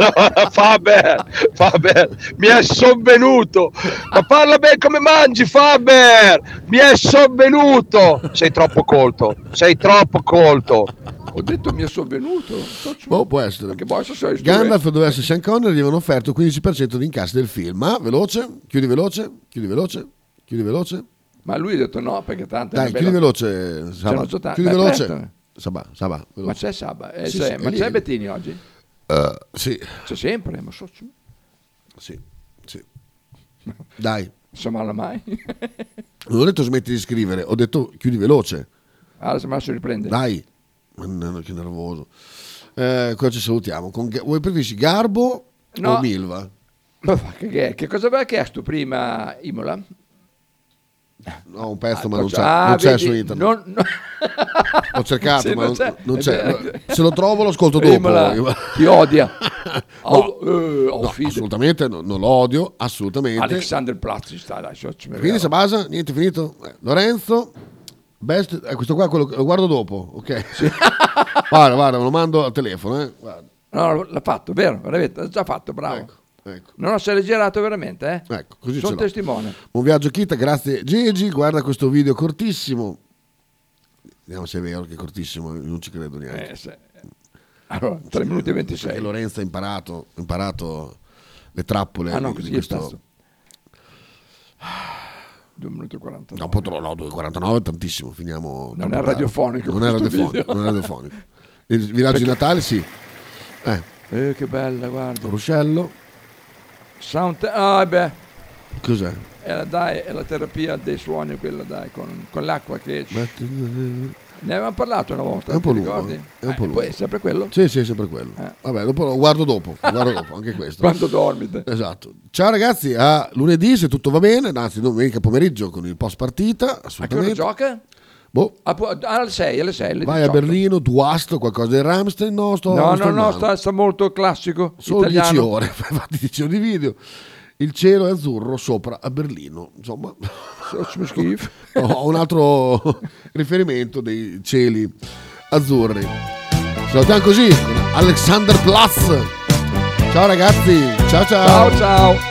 Faber, mi è sovvenuto. Ma parla bene come mangi, Faber, mi è sovvenuto. Sei troppo colto. Ho detto mi è sovvenuto. Può essere. Gandalf doveva essere Sean Connery, gli avevano offerto il 15% di incassi del film. Ma veloce, chiudi veloce. Ma lui ha detto no, perché tanto dai, chiudi veloce, Saba. Chiudi veloce. Saba, veloce. Ma c'è Saba, Sì, ma c'è Bettini oggi? Sì. C'è sempre, ma so. Sì. Dai. Non si ammala mai. Non ho detto smetti di scrivere, ho detto chiudi veloce. Se me la si riprende. Dai. Che nervoso. Qua ci salutiamo. Vuoi preferisci Garbo o Milva? Ma che cosa aveva chiesto prima Imola? No, un pezzo, ma non c'è su internet. Ho cercato, ma non c'è. Se lo trovo lo ascolto dopo. Ti odia. Assolutamente, non lo odio, assolutamente. Alexander Platz sta, dai. Quindi Sabasa, niente, finito. Lorenzo, questo qua lo guardo dopo, ok? Sì. Guarda, me lo mando al telefono. Guarda. No, l'ha fatto, vero? L'ha già fatto, bravo. Ecco. Non si è girato veramente, Ecco, così sono testimone. Buon viaggio Kita, grazie Gigi, guarda questo video cortissimo. Vediamo se è vero che è cortissimo, non ci credo neanche. Allora, 3 minuti e 26. Perché Lorenzo ha imparato le trappole. No, così questo... 2 minuti e 49. No, 2,49 è tantissimo, finiamo. Non è radiofonico. Non è radiofonico. Il villaggio di Natale, sì. Che bella, guarda. Ruscello. Cos'è? È la terapia dei suoni, quella con l'acqua che... Ne avevamo parlato una volta, è un po' lungo. Ricordi? È un po' lungo. È sempre quello? Sì, è sempre quello. Vabbè, dopo lo guardo dopo, anche questo. Quando dormite. Esatto. Ciao ragazzi, a lunedì se tutto va bene, anzi domenica pomeriggio con il post partita, assolutamente. A che ora gioca? Alle 6. Vai a Berlino, Duast, qualcosa del Rammstein? No, sta molto classico. Solo italiano. 10 ore, infatti 10 ore di video. Il cielo è azzurro sopra a Berlino, insomma. Ho un altro riferimento dei cieli azzurri. Salutiamo così con Alexander Platz. Ciao ragazzi, ciao.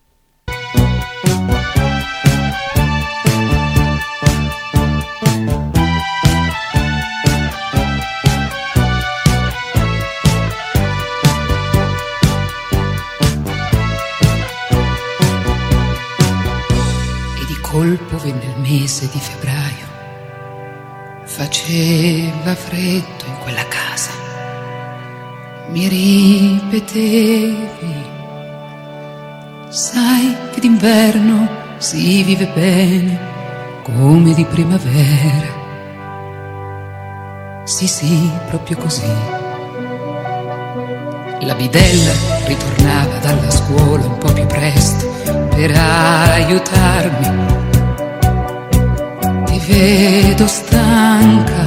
Colpo venne il mese di febbraio, faceva freddo in quella casa, mi ripetevi, sai che d'inverno si vive bene come di primavera, sì, proprio così. La bidella ritornava dalla scuola un po' più presto per aiutarmi. Ti vedo stanca,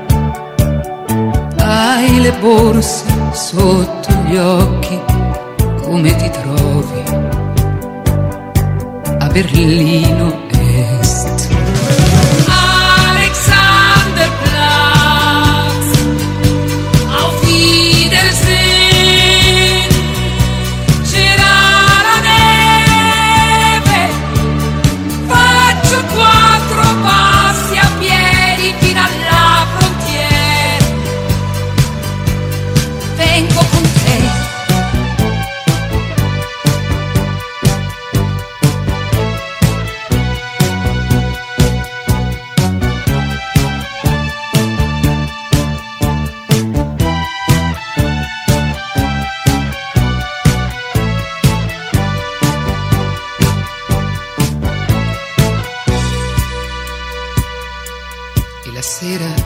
hai le borse sotto gli occhi, come ti trovi a Berlino Est? Alexanderplatz, auf Wiedersehen,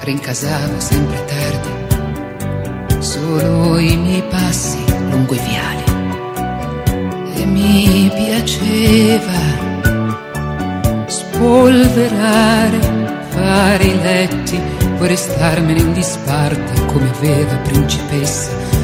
rincasavo sempre tardi, solo i miei passi lungo i viali. E mi piaceva spolverare, fare i letti, poi restarmene in disparte come vera principessa